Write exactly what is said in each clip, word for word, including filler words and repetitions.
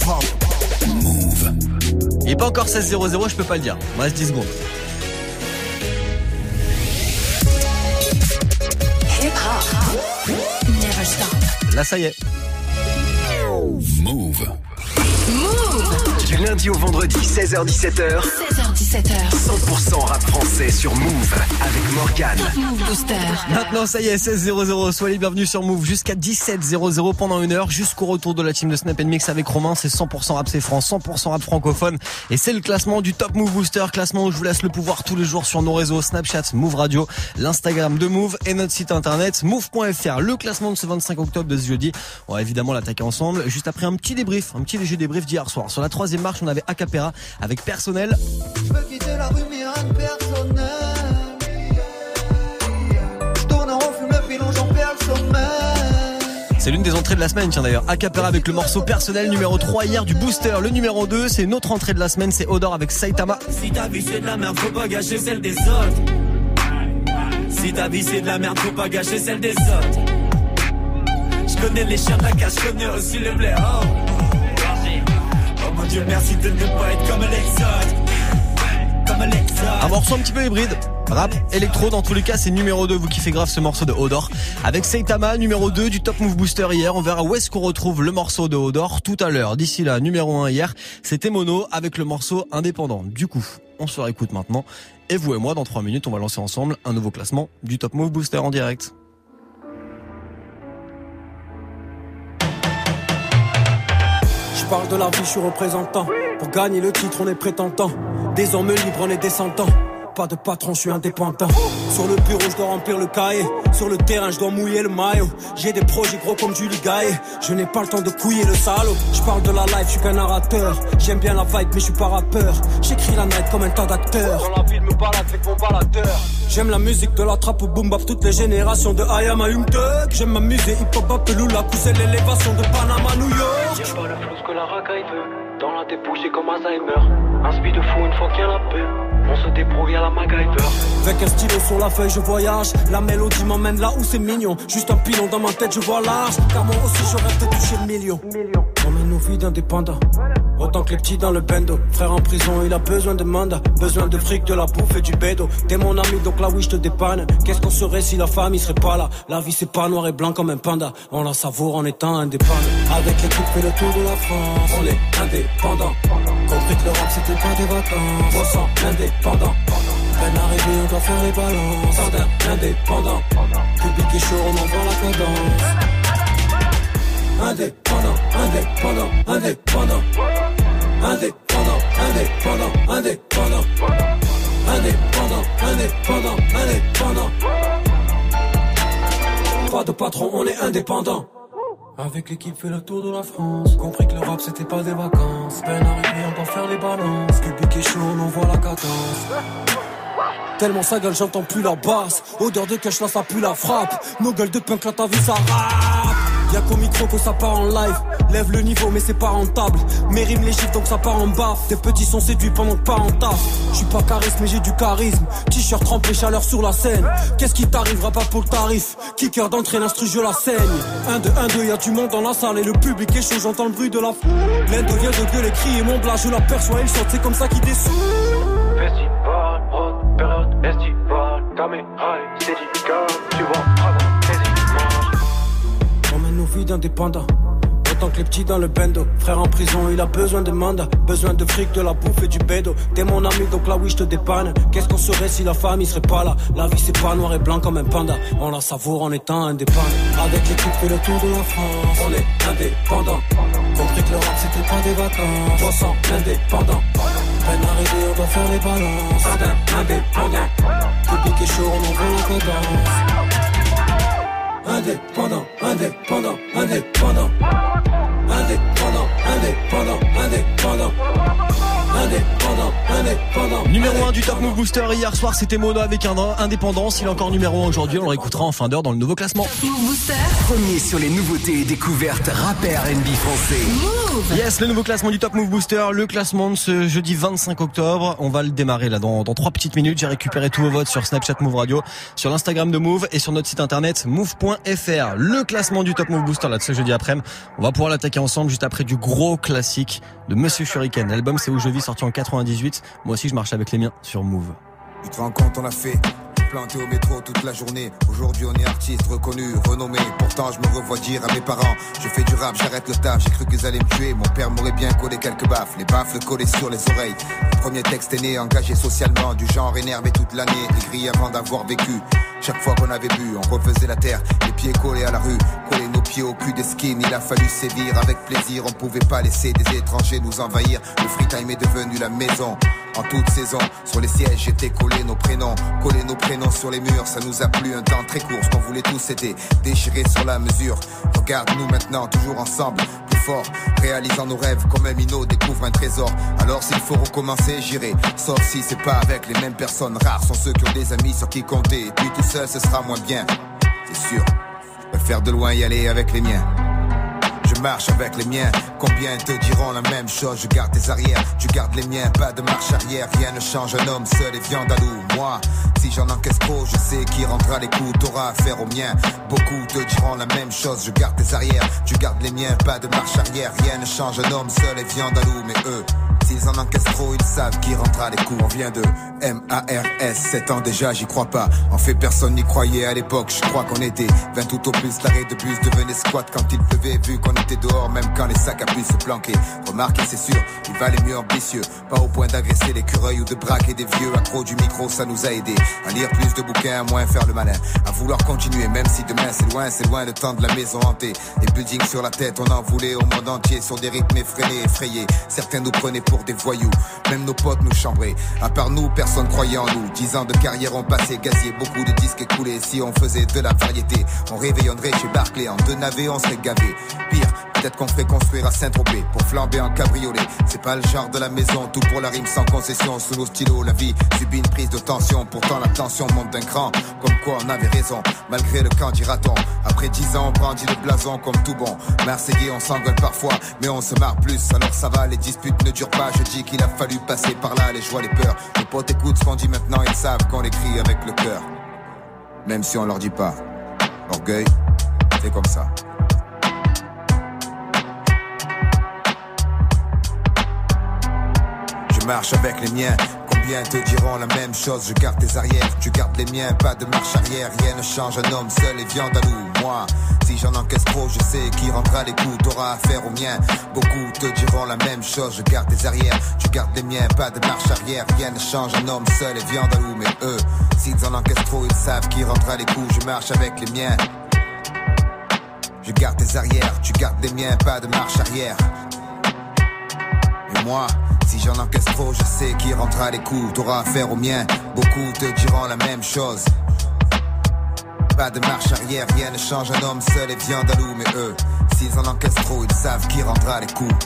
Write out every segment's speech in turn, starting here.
hip-hop. Move. Il est pas encore seize zéro zéro, je peux pas le dire. Il me reste dix secondes. Hip-hop. Never stop. Là, ça y est. Move. Move. Du lundi au vendredi, seize heures dix-sept heures. seize heures dix-sept heures. cent pour cent rap français sur Move avec Morgane. Top Move Booster. Maintenant, ça y est, seize zéro zéro. Soyez les bienvenus sur Move jusqu'à dix-sept zéro zéro pendant une heure, jusqu'au retour de la team de Snap and Mix avec Romain. C'est cent pour cent rap, c'est France, cent pour cent rap francophone. Et c'est le classement du Top Move Booster. Classement où je vous laisse le pouvoir tous les jours sur nos réseaux Snapchat, Move Radio, l'Instagram de Move et notre site internet move point f r. Le classement de ce vingt-cinq octobre de ce jeudi. On va évidemment l'attaquer ensemble. Juste après un petit débrief, un petit léger débrief d'hier soir. Sur la troisième marche, on avait Acapera avec Personnel. Je peux quitter la rue mais rien de personnel. Je tourne en rond, fume le pilon, j'en perds le sommeil. C'est l'une des entrées de la semaine, tiens d'ailleurs. Acapera avec le morceau Personnel numéro trois hier du Booster. Le numéro deux, c'est une autre entrée de la semaine, c'est Odor avec Saitama. Si ta vie c'est de la merde, faut pas gâcher celle des autres. Si ta vie c'est de la merde, faut pas gâcher celle des autres. Je connais les chiens de la casse, je connais aussi les blés. Oh. Oh mon Dieu, merci de ne pas être comme l'exode. Comme l'exode. Un morceau un petit peu hybride, rap, électro, dans tous les cas c'est numéro deux, vous kiffez grave ce morceau de Odor. Avec Saitama, numéro deux du Top Move Booster hier, on verra où est-ce qu'on retrouve le morceau de Odor tout à l'heure. D'ici là, numéro un hier, c'était Mono avec le morceau Indépendant. Du coup, on se réécoute maintenant. Et vous et moi, dans trois minutes, on va lancer ensemble un nouveau classement du Top Move Booster en direct. Je parle de la vie, je suis représentant. Pour gagner le titre, on est prétentant. Des hommes libres, on est descendants. Pas de patron, je suis indépendant. Sur le bureau, je dois remplir le cahier. Sur le terrain, je dois mouiller le maillot. J'ai des projets gros comme Julie Gaillet. Je n'ai pas le temps de couiller le salaud. Je parle de la life, je suis qu'un narrateur. J'aime bien la vibe, mais je suis pas rappeur. J'écris la night comme un tas d'acteurs. Dans la ville, me balade avec mon baladeur. J'aime la musique de la trappe au boom bap, toutes les générations de I am a Young Thug. J'aime m'amuser, hip hop, Apelula, pousser l'élévation de Panama, New York. Y'a pas le flou que la racaille veut. Dans la débouche, c'est comme Alzheimer. Un speed de fou une fois qu'il y a la paix. On se débrouille à la MacGyver. Avec un stylo sur la feuille, je voyage. La mélodie m'emmène là où c'est mignon. Juste un pilon dans ma tête, je vois large. Car moi aussi, je rêve de toucher le million. On mène nos vies d'indépendants. Autant que les petits dans le bendo. Frère en prison, il a besoin de mandat. Besoin de fric, de la bouffe et du bédo. T'es mon ami, donc là oui, je te dépanne. Qu'est-ce qu'on serait si la famille serait pas là? La vie, c'est pas noir et blanc comme un panda. On la savoure en étant indépendant. Avec l'équipe, fait le tour de la France. On est indépendant. Compris que le rap, c'était pas des vacances. On sent indépendant. Peine arrivée, on doit faire les balances. Sardin, indépendant. Public est chaud, on envoie la cadence. Indépendant, indépendant, indépendant. Indépendant, indépendant, indépendant. Indépendant, indépendant, indépendant. Pas de patron, on est indépendant. Avec l'équipe fait le tour de la France. Compris que le rap c'était pas des vacances. Peine arrivée, on doit faire les balances. Public est chaud, on envoie la cadence. Tellement sa gueule, j'entends plus la basse. Odeur de cash, là ça pue la frappe. Nos gueules de punk, là ta vie ça rappe. Y'a qu'au micro que ça part en live. Lève le niveau mais c'est pas rentable. Mes rimes les chiffres donc ça part en bas. Tes petits sont séduits pendant que pas en taf. J'suis pas charisme mais j'ai du charisme. T-shirt trempé, chaleur sur la scène. Qu'est-ce qui t'arrivera pas pour le tarif? Kicker d'entrée, l'instru je la saigne. Un, deux, un, deux, y'a du monde dans la salle. Et le public est chaud, j'entends le bruit de la foule. L'Indo vient de gueuler, crier mon blas. Je l'aperçois, il saute, c'est comme ça qu'il dessoule. Festival, road, période estivale. Caméra et Steadicam, tu vois, bravo, on mène nos vies d'indépendants. Autant que les petits dans le bendo. Frère en prison, il a besoin de mandat. Besoin de fric, de la bouffe et du bédo. T'es mon ami, donc là oui je te dépanne. Qu'est-ce qu'on serait si la famille serait pas là? La vie c'est pas noir et blanc comme un panda. On la savoure en étant indépendant. Avec l'équipe fait le tour de la France. On est indépendant. Compris que le rap c'était pas des vacances. On sent indépendant. Peine arrivée, on doit faire les balances. Sardin, indépendant. Public est chaud, on envoie la cadence. Indépendant, indépendant, indépendant. Indépendant, indépendant, indépendant. Indépendant, indépendant. Numéro un du Top Move Booster. Hier soir, c'était Mono avec un Indépendance. Il est encore numéro un aujourd'hui. On le réécoutera en fin d'heure dans le nouveau classement. Move Booster. Premier sur les nouveautés et découvertes rappeurs R and B français. Move. Yes, le nouveau classement du Top Move Booster. Le classement de ce jeudi vingt-cinq octobre. On va le démarrer là dans, dans trois petites minutes. J'ai récupéré tous vos votes sur Snapchat Move Radio, sur l'Instagram de Move et sur notre site internet move point f r. Le classement du Top Move Booster là de ce jeudi après-midi. On va pouvoir l'attaquer ensemble juste après du gros classique de Monsieur Shuriken. L'album C'est où je vis, sorti en quatre-vingt-dix-huit. Moi aussi je marche avec les miens sur Move. Tu te rends compte, on a fait planté au métro toute la journée. Aujourd'hui on est artiste reconnu, renommé. Pourtant je me revois dire à mes parents: je fais du rap, j'arrête le taf. J'ai cru qu'ils allaient me tuer, mon père m'aurait bien collé quelques baffes. Les baffes collées sur les oreilles. Le premier texte est né, engagé socialement, du genre énervé toute l'année, écrit avant d'avoir vécu. Chaque fois qu'on avait bu, on refaisait la terre, les pieds collés à la rue, coller nos pieds au cul des skins. Il a fallu sévir avec plaisir, on pouvait pas laisser des étrangers nous envahir. Le free time est devenu la maison. En toute saison, sur les sièges étaient collés nos prénoms, collés nos prénoms sur les murs. Ça nous a plu un temps très court, ce qu'on voulait tous c'était déchirer sur la mesure. Regarde-nous maintenant, toujours ensemble, plus fort, réalisant nos rêves comme un minot découvre un trésor. Alors s'il faut recommencer, j'irai, sauf si c'est pas avec les mêmes personnes. Rares sont ceux qui ont des amis sur qui compter, et puis tout seul ce sera moins bien, c'est sûr. Je préfère de loin y aller avec les miens. Je marche avec les miens, combien te diront la même chose? Je garde tes arrières, tu gardes les miens, pas de marche arrière. Rien ne change, un homme seul et viande à loup. Moi, si j'en encaisse trop, je sais qui rendra les coups. T'auras affaire aux miens, beaucoup te diront la même chose. Je garde tes arrières, tu gardes les miens, pas de marche arrière. Rien ne change, un homme seul et viande à loup. Mais eux, s'ils en encaissent trop, ils savent qui rendra les coups. On vient de M A R S, sept ans déjà, j'y crois pas. En fait, personne n'y croyait à l'époque, je crois qu'on était vingt tout au plus. L'arrêt de bus devenait squat quand il pleuvait, vu qu'on était dehors, même quand les sacs à puce se planquaient. Remarquez, c'est sûr, il valait mieux ambitieux, pas au point d'agresser l'écureuil ou de braquer des vieux. Accro du micro, ça nous a aidé à lire plus de bouquins, à moins faire le malin, à vouloir continuer, même si demain c'est loin, c'est loin le temps de la maison hantée. Les buildings sur la tête, on en voulait au monde entier, sur des rythmes effrénés, effrayés. Certains nous prenaient pour des voyous, même nos potes nous chambraient. À part nous, personne croyait en nous. Dix ans de carrière ont passé, gazier, beaucoup de disques écoulés. Si on faisait de la variété, on réveillonnerait chez Barclay. En deux navets, on serait gavé. Pire, peut-être qu'on ferait construire à Saint-Tropez pour flamber en cabriolet. C'est pas le genre de la maison, tout pour la rime sans concession. Sous nos stylos, la vie subit une prise de tension. Pourtant la tension monte d'un cran, comme quoi on avait raison, malgré le camp dira-t-on. Après dix ans, on brandit le blason comme tout bon Marseillais, on s'engueule parfois, mais on se marre plus, alors ça va, les disputes ne durent pas. Je dis qu'il a fallu passer par là, les joies, les peurs. Les potes écoutent ce qu'on dit maintenant, ils savent qu'on l'écrit avec le cœur, même si on leur dit pas. L'orgueil, c'est comme ça. Je marche avec les miens, combien te diront la même chose? Je garde tes arrières, tu gardes les miens, pas de marche arrière. Rien ne change, un homme seul et viande à loup. Moi, si j'en encaisse trop, je sais qui rendra les coups. T'auras affaire aux miens, beaucoup te diront la même chose. Je garde tes arrières, tu gardes les miens, pas de marche arrière. Rien ne change, un homme seul et viande à loup. Mais eux, s'ils en encaissent trop, ils savent qui rendra les coups. Je marche avec les miens, je garde tes arrières, tu gardes les miens, pas de marche arrière. Et moi, si j'en encaisse trop, je sais qui rendra les coups. T'auras affaire aux miens, beaucoup te diront la même chose. Pas de marche arrière, rien ne change, un homme seul et viande à loup. Mais eux, s'ils en encaissent trop, ils savent qui rendra les coups.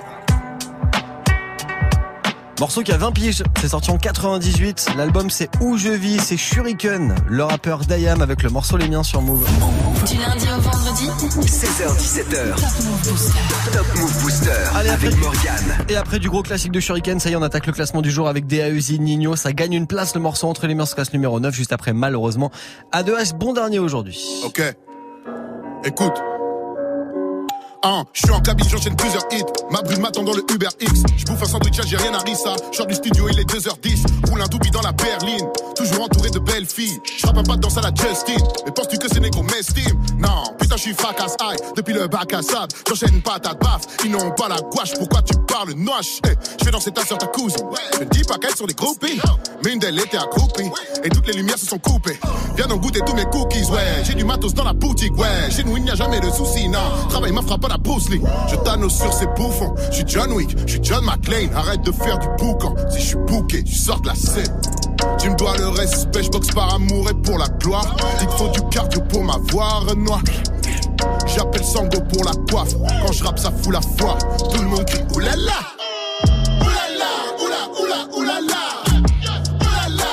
Morceau qui a vingt piges, c'est sorti en quatre-vingt-dix-huit. L'album c'est Où je vis, c'est Shuriken, le rappeur d'Ayam avec le morceau Les Miens sur Move. Du lundi au vendredi, seize heures dix-sept heures. Top Move Booster. Top Move Booster. Allez, avec après, Morgane. Et après du gros classique de Shuriken, ça y est, on attaque le classement du jour avec D A E Z Nino. Ça gagne une place, le morceau Entre les Miens se classe numéro neuf, juste après malheureusement A deux H, bon dernier aujourd'hui. Ok, écoute. Hein, je suis en cabine, j'enchaîne plusieurs hits. Ma brune m'attend dans le Uber X. Je bouffe un sandwich, j'ai rien à rissa. Je sors du studio, il est deux heures dix. Roule un doobie dans la berline. Toujours entouré de belles filles. Je frappe un pas de danse à la Justin. Mais penses-tu que ces négros m'estiment? Non, putain, je suis fracasse aïe. Depuis le bac à sable, j'enchaîne patate baf. Ils n'ont pas la gouache, pourquoi tu parles noche? Hey, je fais danser ta soeur, ta cousine. Je ne dis pas qu'elles sont des groupies, mais une d'elles était accroupie. Et toutes les lumières se sont coupées. Viens donc goûter tous mes cookies, ouais. J'ai du matos dans la boutique, ouais. Chez nous, il n'y a jamais de soucis, non. Travail m'a frappé à la Bruce Lee. Je t'annonce sur ces bouffons. Je suis John Wick, je suis John McClane. Arrête de faire du boucan. Si je suis bouqué, tu sors de la scène. Tu me dois le respect, je boxe par amour et pour la gloire. Il te faut du cardio pour m'avoir, Renoir. J'appelle Sango pour la coiffe. Quand je rappe, ça fout la foire. Tout le monde crie oulala. Oulala, oula, oula, oulala. Oulala,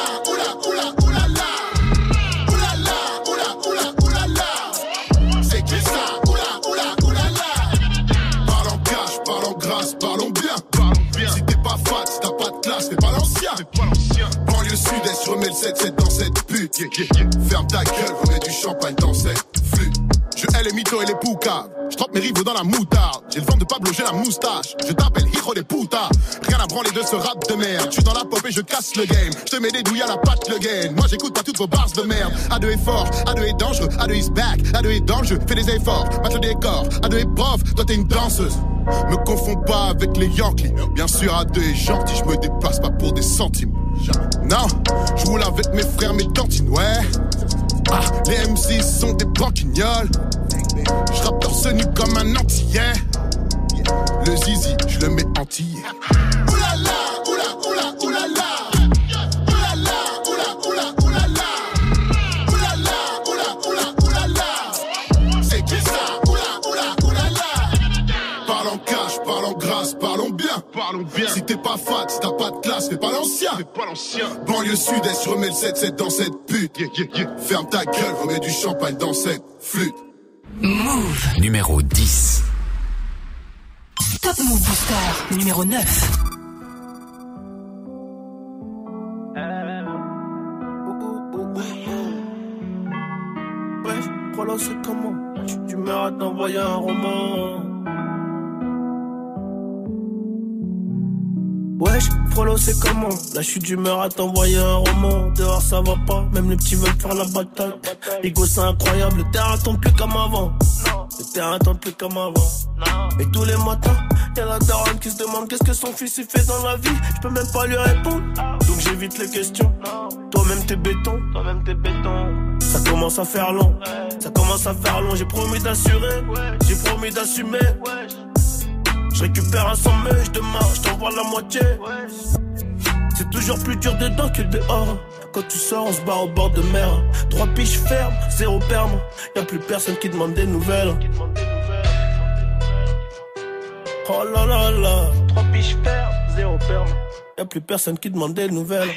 Yeah, yeah, yeah. Ferme ta gueule, remets du champagne dans cette flûte. Je hais les mythos et les poucaves. Je trempe mes rivaux dans la moutarde. J'ai le vent de Pablo, j'ai la moustache. Je t'appelle hijo de puta. Rien à branler de ce rap de merde. Je suis dans la pop et je casse le game. Je te mets des douilles à la patte le gain. Moi j'écoute pas toutes vos bars de merde. A deux est fort, A deux est dangereux, A deux is back, A deux est dans le jeu. Fais des efforts, match le décor. A deux est prof, toi t'es une danseuse. Me confonds pas avec les Yankees. Bien sûr A deux est gentil, je me déplace pas pour des centimes. Non, je roule avec mes frères, mes tantines, ouais. Ah, les M C sont des branquignoles. Je rappe torse nu comme un antillais. Le zizi, je le mets antillais. Oulala, oula, oula, oulala. Oulala, oula, oula, oulala. Oulala, oula, oula, oulala. C'est qui ça? Oula, oula, oulala. Parle en cash, parle en grâce, parlons bien. Parlons bien. Si t'es pas fat, si t'as pas de classe, fais pas l'ancien. Fais pas l'ancien. Banlieue sud-est, je remets le sept sept dans cette pute. Yeah, yeah, yeah. Ferme ta gueule, remets du champagne dans cette flûte. Move numéro dix. Top Move Booster numéro neuf. Ouais, Frollo c'est comment? Tu, tu m'as d'envoyer un roman. Wesh, Frollo c'est comment? Là je suis d'humeur à t'envoyer un roman. Dehors ça va pas, même les petits veulent faire la bataille. Les gosses c'est incroyable, le terrain tombe plus comme avant. Le terrain tombe plus comme avant. Et tous les matins, y'a la daronne qui se demande qu'est-ce que son fils il fait dans la vie. Je peux même pas lui répondre, donc j'évite les questions. Toi-même t'es béton, toi-même t'es béton. Ça commence à faire long, ça commence à faire long. J'ai promis d'assurer, j'ai promis d'assumer. Je récupère un sommeil, je démarre, je t'envoie la moitié. C'est toujours plus dur dedans que dehors. Quand tu sors, on se barre au bord de mer. Trois piches fermes, zéro perme. Y'a plus personne qui demande des nouvelles. Oh là là là. Trois piches fermes, zéro perme. Y'a plus personne qui demande des nouvelles.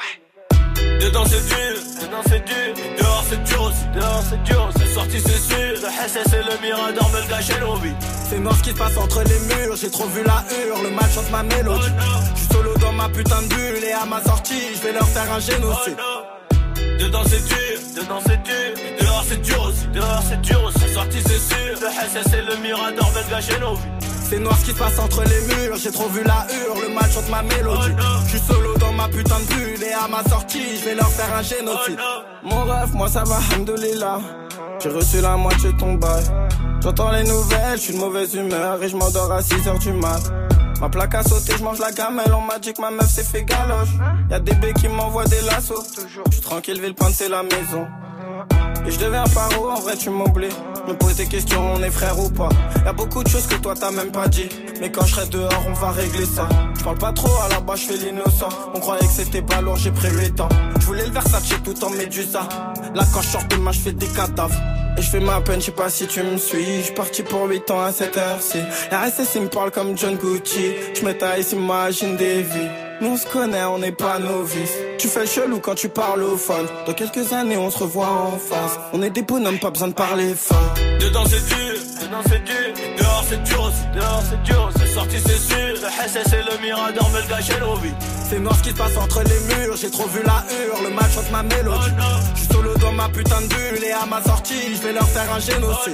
Dedans c'est dur, dedans c'est dur. Dehors c'est dur aussi, dehors c'est dur. C'est sorti c'est sûr. Le S S et le Mirador me le gâchent nos vies. C'est noir ce qui se passe entre les murs. J'ai trop vu la hure, le mal chante ma mélodie. Oh J'suis solo dans ma putain de bulle. Et à ma sortie, j'vais leur faire un génocide. Oh dedans c'est dur, dedans c'est dur. Dehors c'est dur aussi, dehors c'est dur aussi. C'est sorti c'est sûr. Le S S et le Mirador me le gâchent nos vies. C'est noir ce qui se passe entre les murs. J'ai trop vu la hure, le mal chante ma mélodie. Oh J'suis solo dans ma putain de bulle. Et à ma sortie, j'vais leur faire un génocide. Oh Mon rêve, moi ça va, hamdoulilah. J'ai reçu la moitié de ton bail. J'entends les nouvelles, j'suis de mauvaise humeur. Et j'm'endors à six heures du mat. Ma plaque a sauté, j'mange la gamelle. On m'a dit que ma meuf s'est fait galoche. Y'a des baies qui m'envoient des lassos. J'suis tranquille, Villepinte c'est la maison. Et je deviens paro, en vrai tu m'oublies. Me pose des questions, on est frère ou pas. Y'a beaucoup de choses que toi t'as même pas dit. Mais quand je serai dehors, on va régler ça. Je parle pas trop, à la base je fais l'innocent. On croyait que c'était pas lourd, j'ai pris le temps. Je voulais le Versace tout en médusa. Là quand je sors de ma, je fais des cadavres. Et je fais ma peine, je sais pas si tu me suis. Je suis parti pour huit ans à cette heure-ci. R S S il me parle comme John Gucci. Je m'étaille, s'imagine des vies. Nous on se connaît, on n'est pas novices. Tu fais le chelou quand tu parles au phone. Dans quelques années on se revoit en face. On est des bonhommes, pas besoin de parler fort. Dedans c'est dur, dedans c'est dur. Dehors c'est dur aussi, dehors c'est dur. C'est sorti c'est sûr. Le S S et le Mirador me le gâchent nos vies. C'est noir ce qui se passe entre les murs. J'ai trop vu la hure, le mal chante ma mélodie. J'suis solo dans ma putain de bulle. Et à ma sortie, j'vais leur faire un génocide.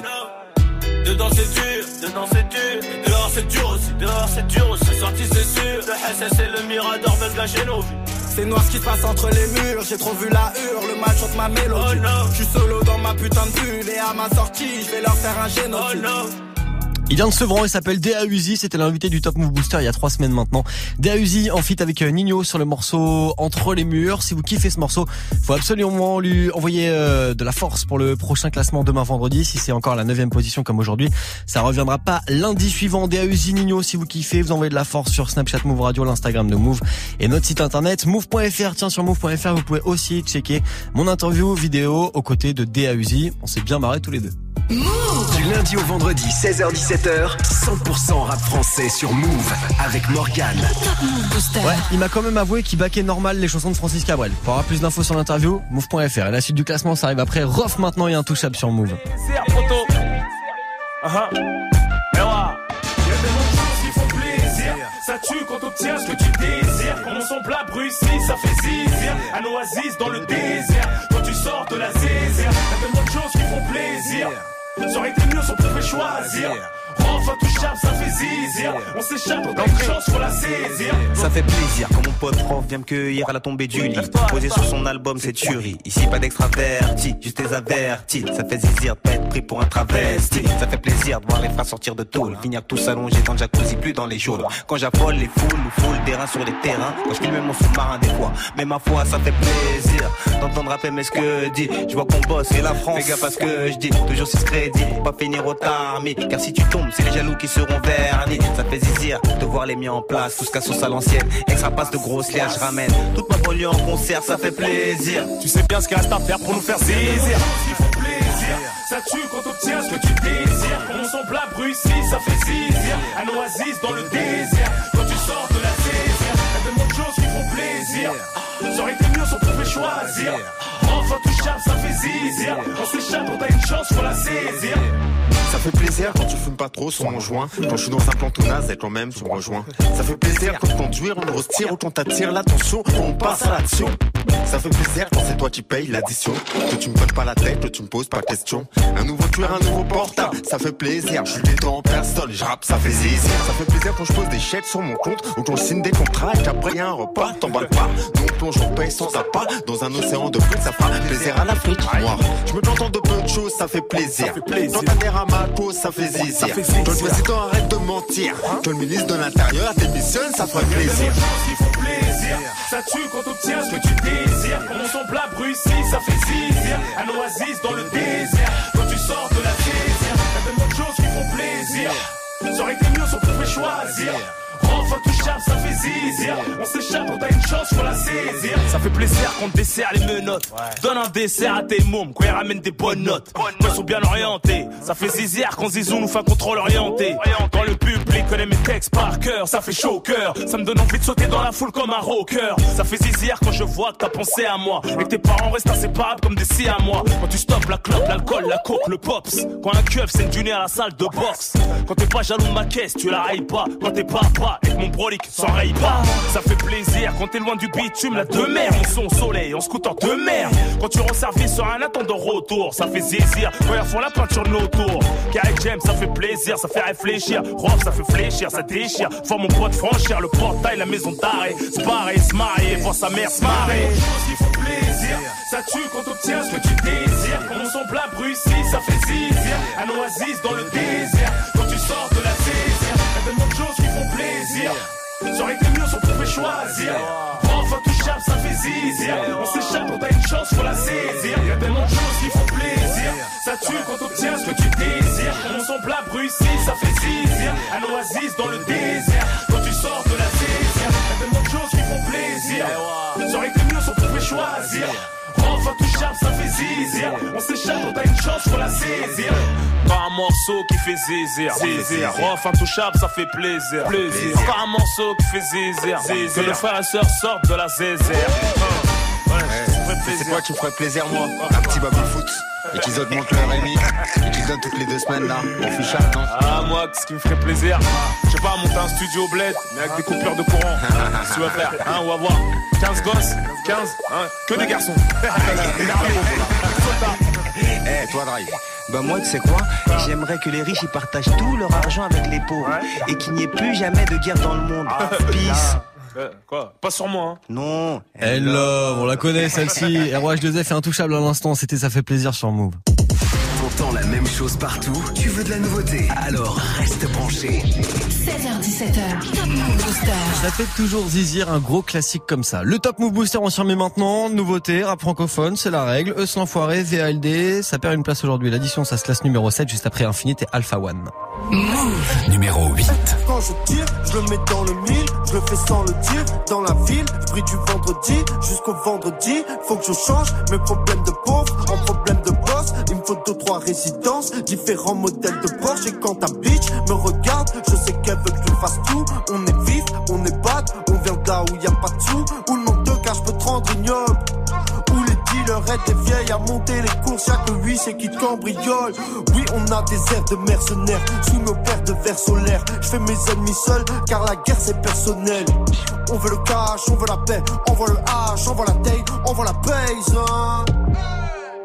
Dedans c'est dur, dedans c'est dur. Dehors c'est dur aussi, dehors c'est dur aussi. C'est sorti c'est sûr. Le S S et le Mirador me le gâchent nos vies. C'est noir ce qui se passe entre les murs. J'ai trop vu la hure, le mal chante ma mélodie. J'suis solo dans ma putain de bulle. Et à ma sortie, j'vais leur faire un génocide. Il vient de Sevran, il s'appelle D A Uzi, c'était l'invité du Top Move Booster il y a trois semaines maintenant. D A Uzi en feat avec Nino sur le morceau Entre les murs. Si vous kiffez ce morceau, faut absolument lui envoyer euh, de la force pour le prochain classement demain vendredi. Si c'est encore la neuvième position comme aujourd'hui, ça reviendra pas lundi suivant. D A Uzi, Nino, si vous kiffez, vous envoyez de la force sur Snapchat Move Radio, l'Instagram de Move et notre site internet move point f r. Tiens, sur move point f r, vous pouvez aussi checker mon interview vidéo aux côtés de D A Uzi. On s'est bien marrés tous les deux. Du lundi au vendredi, seize heures dix-sept heures, cent pour cent rap français sur Move avec Morgane. Ouais, il m'a quand même avoué qu'il baquait normal les chansons de Francis Cabrel. Pour avoir plus d'infos sur l'interview, move point f r. Et la suite du classement, ça arrive après. Rof maintenant et Intouchable sur Move. C'est un proto. Uh-huh. Et voilà. Y'a tellement de choses qui font plaisir. Ça tue quand t'obtiens ce que tu désires. Comme son plat Bruxelles, ça fait zizir. Un oasis dans le désert. Quand tu sors de la zézère. Y'a tellement de choses qui font plaisir. Ça aurait été mieux si on pouvait choisir. Enfin touchable, ça fait zizir. On s'échappe, on a une chance, faut la saisir. Ça fait plaisir quand mon pote prof vient me cueillir à la tombée du lit. Posé sur son album, c'est tuerie. Ici pas d'extraverti, juste des avertis. Ça fait zizir de pas être pris pour un travesti. Ça fait plaisir de voir les frères sortir de tôle. Finir tous allongés dans le jacuzzi, plus dans les geôles. Quand j'affole les foules, nous foule des reins sur les terrains. Quand je filme mon sous-marin des fois. Mais ma foi, ça fait plaisir d'entendre rapper mais ce que dit. Je vois qu'on bosse et la France. Fais gaffe à ce que je dis, toujours six crédits pour pas finir au tarmi. Car si tu tombes, c'est les jaloux qui seront vernis. Ça fait zizir de voir les miens en place. Tout ce qu'à sauce à l'ancienne. Extra passe de grosses liens, je ramène toute ma banlieue en concert, ça fait plaisir. Tu sais bien ce qu'il reste à faire pour nous faire zizir. Qui font plaisir. Ça tue quand t'obtiens ce que tu désires. Quand on semble à Bruxelles, ça fait zizir. Un oasis dans le désert. Quand tu sors de la zézère, y'a tellement de choses qui font plaisir. Ça aurait été mieux si on pouvait choisir. Enfin touchable, ça fait zizir. On s'échappe, on a une chance, faut la saisir. Ça fait plaisir quand tu fumes pas trop sur mon joint. Quand je suis dans un plan tout naze et quand même tu me rejoins. Ça fait plaisir quand conduire on me retire ou quand t'attires l'attention, on passe à l'action. Ça fait plaisir quand c'est toi qui payes l'addition. Que tu me poses pas la tête, que tu me poses pas de questions. Un nouveau tueur, un nouveau portable, ça fait plaisir. Je suis détend en personne, je rappe, ça fait zizir. Ça fait plaisir quand je pose des chèques sur mon compte ou quand je signe des contrats et qu'après y'a un repas, t'emballes pas. Nous on plonge, on paye sans appât dans un océan de fric, ça fera plaisir à l'Afrique. Moi, je me contente de peu de choses, ça fait plaisir. Quand t'adhères à ma cause, ça fait zizir. Quand le président arrête de mentir, quand le ministre de l'Intérieur démissionne, ça ferait plaisir. Ça tue quand t'obtiens ce que tu désires. Quand on semble à Bruxelles, ça fait zizir. Un oasis dans le désert. Quand tu sors de la zézère, y'a tellement de choses qui font plaisir. Ça aurait été mieux si on pouvait choisir. Enfin touchable, ça fait zizir. On s'échappe, on a une chance, faut la saisir. Ça fait plaisir qu'on te dessert les menottes. Ouais. Donne un dessert à tes mômes, quand ils ramènent des bonnes notes. Quand ils sont bien orientés. Ça fait zizir quand Zizou nous fait un contrôle orienté. Quand le public connaît mes textes par cœur, ça fait chaud au cœur. Ça me donne envie de sauter dans la foule comme un rocker. Ça fait zizir quand je vois que t'as pensé à moi. Et que tes parents restent inséparables comme des si à moi. Quand tu stoppes la clope, l'alcool, la coke, le pops. Quand un keuf c'est une dîner à la salle de boxe. Quand t'es pas jaloux de ma caisse, tu la railles pas. Quand t'es papa et que mon brolic s'enraye pas. Ça fait plaisir quand t'es loin du bitume, la de mer. On son soleil, en scooter de mer. Quand tu rends service sur un attendant retour, ça fait zizir quand ils font la peinture de nos tours. Carré James, ça fait plaisir, ça fait réfléchir. Rof, ça fait fléchir, ça déchire. Faut mon pote franchir le portail, la maison d'arrêt. Se barrer, se marier, voir sa mère se marrer. Qui font plaisir, ça tue quand t'obtiens ce que tu désires. Quand on semble à Bruxelles, ça fait zizir. Un oasis dans le désert. Quand tu sors de la zézère, y'a tellement de choses qui font plaisir. Ça aurait été mieux si on pouvait choisir. Enfin touchable, ça fait zizir. On s'échappe, on a une chance, faut la saisir. Y'a tellement de choses qui font plaisir. Ça tue quand t'obtiens ce que tu désires. Quand on semble à Bruxelles, ça fait zizir. Un oasis dans le désert. Quand tu sors de la zézère, y'a tellement de choses qui font plaisir. Ça aurait été mieux si on pouvait choisir. Enfin touchable, ça fait zizir. On s'échappe, on a une chance, faut la saisir. Pas un morceau qui fait zizir, zizir. Enfin touchable, ça fait plaisir, plaisir. Pas un morceau qui fait zizir, zizir. Que le frère et sœur sortent de la zézère. C'est quoi qui me ferait plaisir, moi? Un petit baby foot. Et qu'ils augmentent leur R M I. Et qu'ils donnent toutes les deux semaines là. Pour fichard, non? Ah, moi, ce qui me ferait plaisir, je sais pas, monter un studio au bled, mais avec des coupures de courant. Si tu veux faire, hein, on va voir. quinze gosses, quinze, hein, que des garçons. Eh, hey, toi, Drive. Bah moi tu sais quoi, j'aimerais que les riches ils partagent tout leur argent avec les pauvres. Et qu'il n'y ait plus jamais de guerre dans le monde. Peace. Euh, quoi? Pas sur moi, hein? Non. Hello, on la connaît celle-ci. R O H deux F est intouchable à l'instant, c'était Ça fait plaisir sur Move. T'entends la même chose partout, tu veux de la nouveauté, alors reste branché. seize heures dix-sept heures, Top Move Booster. Ça fait toujours zizir un gros classique comme ça. Le Top Move Booster, on s'y remet maintenant. Nouveauté, rap francophone, c'est la règle. Eus l'enfoiré, V A L D, ça perd une place aujourd'hui. L'addition, ça se classe numéro sept, juste après Infinite et Alpha One. Move numéro huit. Quand je tire, je le mets dans le mille, je le fais sans le dire, dans la ville, je brille du vendredi jusqu'au vendredi, faut que je change mes problèmes de pauvre en problèmes de boss, il me faut deux trois résidences, différents modèles de Porsche, et quand ta bitch me regarde, je sais qu'elle veut que je fasse tout, on est vif, on est bad, on vient de là où y a pas de sous, où le manque de cash peut te rendre ignoble, où les dealers aident les vieilles à monter les courses, y'a que lui c'est qui te cambriole, oui on a des airs de mercenaires, sous nos paires de verres solaires, je fais mes ennemis seuls, car la guerre c'est personnel, on veut le cash, on veut la paix, on veut le hache, on veut la taille, on veut la base, hein.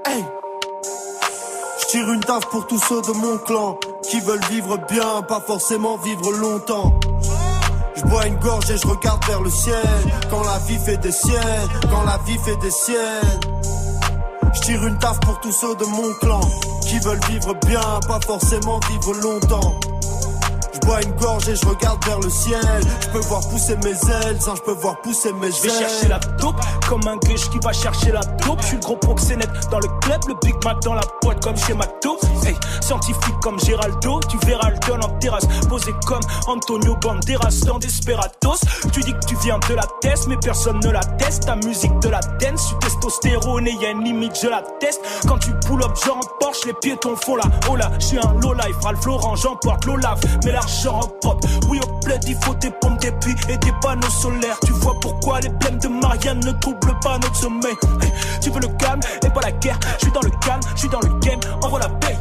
Hey, j'tire une taf pour tous ceux de mon clan qui veulent vivre bien, pas forcément vivre longtemps. Je bois une gorge et je regarde vers le ciel. Quand la vie fait des siennes, quand la vie fait des siennes. Je tire une taf pour tous ceux de mon clan qui veulent vivre bien, pas forcément vivre longtemps. Je bois une gorge et je regarde vers le ciel. Je peux voir pousser mes ailes, sans je peux voir pousser mes ailes. Je vais chercher la taupe, comme un gueuche qui va chercher la taupe. Je suis le gros proxénète dans le club, le Big Mac dans la boîte comme chez McDo. Hey, scientifique comme Géraldo, tu verras le don en terrasse. Posé comme Antonio Banderas dans Desperados. Tu dis que tu viens de la test, mais personne ne la teste. Ta musique de la dance, tu testostérone et y'a une limite, je la teste. Quand tu pull up genre en Porsche, les piétons font la oh là, je suis un low life, Ralph Lauren, j'emporte l'Olaf. Mais l'argent en pop, oui au bled, il faut des pompes, des puits et des panneaux solaires. Tu vois pourquoi les blèmes de Marianne ne troublent pas notre sommeil. Hey, tu veux le calme et pas la guerre, je suis dans le calme, je suis dans le game, envoie la paix.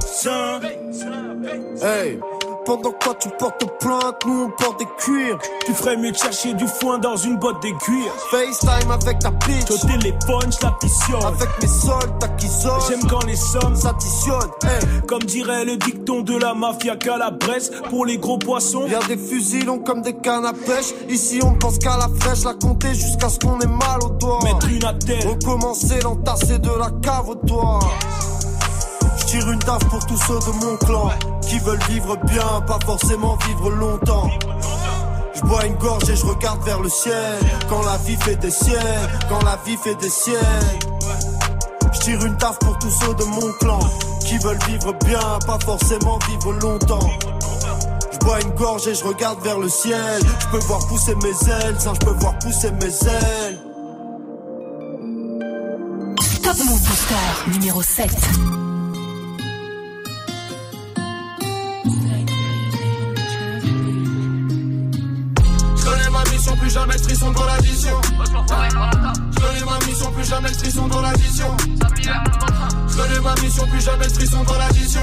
Hey, pendant que toi tu portes plainte, nous on porte des cuirs. Tu ferais mieux de chercher du foin dans une botte d'aiguille. FaceTime avec ta bitch, au téléphone je l'additionne. Avec mes soldats qui sonnent, j'aime quand les sommes s'additionnent. Hey, comme dirait le dicton de la mafia calabrese, pour les gros poissons y'a des fusils longs comme des cannes à pêche. Ici on pense qu'à la fraîche, la compter jusqu'à ce qu'on ait mal au doigt. Mettre une attelle, recommencer, l'entasser de la cave au toit. J'tire une taf pour tous ceux de mon clan qui veulent vivre bien, pas forcément vivre longtemps. Je bois une gorge et je regarde vers le ciel. Quand la vie fait des siennes, quand la vie fait des siennes. J'tire une taf pour tous ceux de mon clan qui veulent vivre bien, pas forcément vivre longtemps. Je bois une gorge et je regarde vers le ciel. Je peux voir pousser mes ailes, sans je peux voir pousser mes ailes. Top Move Booster numéro sept. Plus jamais de frisson dans l'addition. Je connais ma mission, plus jamais de frisson dans l'addition. Je connais ma mission, plus jamais de frisson dans l'addition.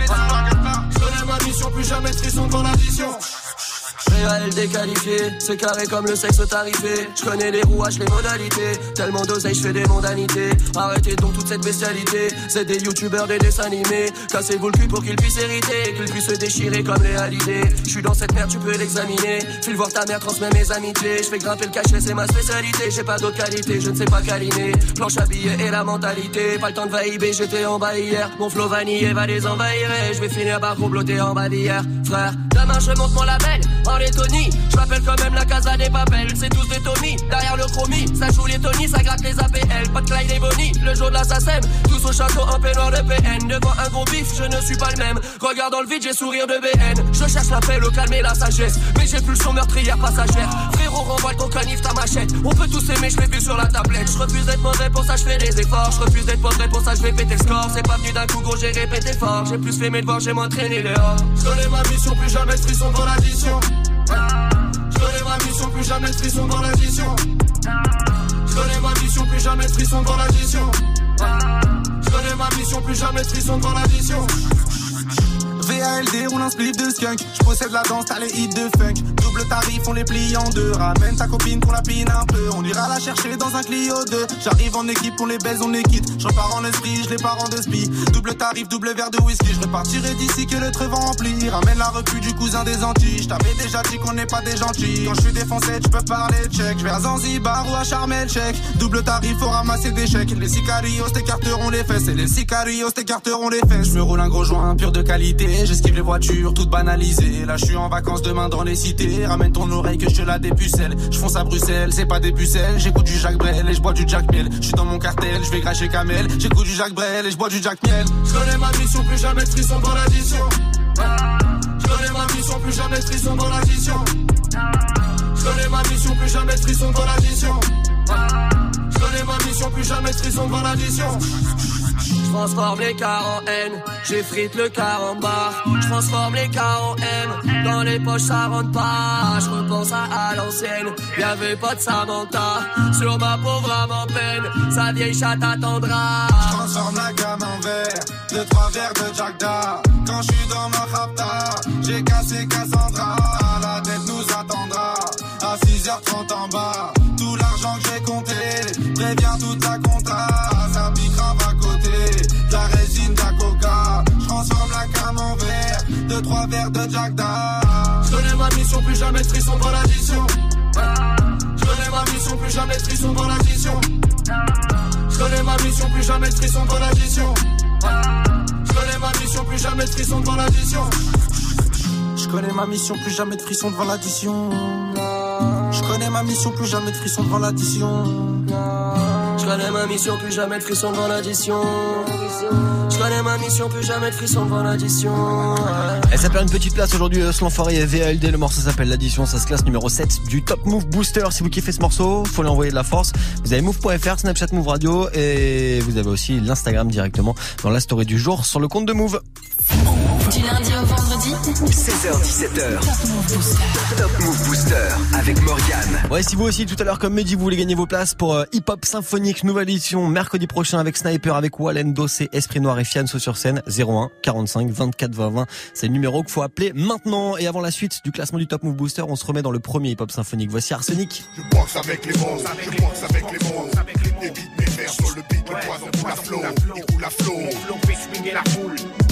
Je connais ma mission, plus jamais de frisson dans l'addition. Réel déqualifié, c'est carré comme le sexe tarifé. Je connais les rouages, les modalités. Tellement d'oseille, je fais des mondanités. Arrêtez donc toute cette bestialité. C'est des youtubeurs, des dessins animés. Cassez-vous le cul pour qu'ils puissent hériter, qu'ils puissent se déchirer comme les Hallyday. Je suis dans cette merde, tu peux l'examiner. File voir ta mère, transmets mes amitiés. Je fais grimper le cachet, c'est ma spécialité. J'ai pas d'autre qualité, je ne sais pas câliner. Planche à billets et la mentalité. Pas le temps de vaïber, j'étais en bas hier. Mon flow vanillé va les envahir. Et je vais finir par comploter en bas d'hier. Frère, demain je monte mon label. En Lettonie, je m'appelle quand même la casa des papels. C'est tous des Tommy, derrière le chromie. Ça joue les Tony, ça gratte les A P L. Pas de Clyde et Bonnie, le jour de la S A C E M. Tous au château en peignoir de P N. Devant un gros bif, je ne suis pas le même. Regarde dans le vide, j'ai sourire de B N. Je cherche la paix, le calme et la sagesse. Mais j'ai plus le son meurtrière passagère. Frérot, renvoie ton canif, ta machette. On peut tous aimer, je l'ai vu sur la tablette. Je refuse d'être mauvais, pour ça je fais des efforts. Je refuse d'être mauvais, pour ça je vais péter le score. C'est pas venu d'un coup, gros, j'ai répété fort. J'ai plus fait mes devoirs, j'ai m'entraîné dehors. Je connais ma mission, plus jamais de frisson dans l'addition. Je connais ma mission, plus jamais de frisson dans l'addition. Je connais ma mission, plus jamais de frisson dans l'addition. Je connais ma mission, plus jamais de frisson dans l'addition. V A L D roule un split de skunk. Je possède la danse, t'as les hits de funk. Double tarif, on les plie en deux. Ramène ta copine qu'on la pine un peu. On ira la chercher dans un Clio deux. J'arrive en équipe, on les baise, on les quitte. Je repars en esprit, je les pars en de spi. Double tarif, double verre de whisky. Je repartirai d'ici que le treu va remplir. Ramène la repu du cousin des Antilles. Je t'avais déjà dit qu'on n'est pas des gentils. Quand je suis défoncé, tu peux parler tchèque. Je vais à Zanzibar ou à Sharm el Sheikh. Double tarif, faut ramasser des chèques. Les sicarios t'écarteront les fesses. Et les sicarios t'écarteront les fesses. Je me roule un gros joint pur de qualité. J'esquive les voitures toutes banalisées. Là je suis en vacances demain dans les cités. Ramène ton oreille que je te la dépucelle. Je fonce à Bruxelles, c'est pas des pucelles. J'écoute du Jacques Brel et je bois du Jack Miel. Je suis dans mon cartel, je vais cracher Kamel. J'écoute du Jacques Brel et je bois du Jack Miel. Je connais ma mission, plus jamais de frisson dans l'addition. Je connais ma mission, plus jamais de frisson dans l'addition. Je connais ma mission, plus jamais de frisson dans l'addition. Je connais ma mission, plus jamais de frisson dans l'addition. Je transforme les cars en haine, j'effrite le car en bar. Je transforme les cars en M, dans les poches ça rentre pas. Je repense à, à l'ancienne, y'avait pas de Samantha. Sur ma pauvre âme en peine, sa vieille chatte attendra. Je transforme la gamme en verre, deux trois verres de Jack Da. Quand je suis dans ma rapta, j'ai cassé Cassandra. La tête nous attendra, à six heures trente en bas. Tout l'argent que j'ai compté, préviens toute la compta. Ça piquera à côté. Jack Da. Je connais ma mission, plus jamais de frisson dans l'addition. Je connais ma mission, plus jamais de frisson dans l'addition. Je connais ma mission, plus jamais de frisson dans l'addition. Je connais ma mission, plus jamais de frisson devant l'addition. Je connais ma mission, plus jamais de frisson devant l'addition. Je connais ma mission, plus jamais de frisson devant l'addition. Je connais ma mission, plus jamais de frisson devant l'addition. Je connais ma mission, plus jamais de frisson devant l'addition. Elle s'appelle une petite place aujourd'hui, L'Enfoiré et V A L D. Le morceau s'appelle L'Addition, ça se classe numéro sept du Top Move Booster. Si vous kiffez ce morceau, faut lui envoyer de la force. Vous avez move point f r, Snapchat Move Radio, et vous avez aussi l'Instagram directement dans la story du jour sur le compte de Move. Du lundi au vendredi, seize heures dix-sept heures. Top Move Booster. Top Move Booster avec Morgane. Ouais, si vous aussi tout à l'heure comme Mehdi, vous voulez gagner vos places pour euh, Hip Hop Symphonique, nouvelle édition mercredi prochain avec Sniper, avec Wallen, Dossé, Esprit Noir et Fianso sur scène. Zéro un quarante-cinq vingt-quatre vingt vingt. C'est le numéro qu'il faut appeler maintenant. Et avant la suite du classement du Top Move Booster, on se remet dans le premier Hip Hop Symphonique. Voici Arsenic. Je boxe avec les mots, je boxe avec les mots. Des beats, mes vers sur le beat, le poison pour la flow, il roule la flow. Mon flow fait swinguer la foule.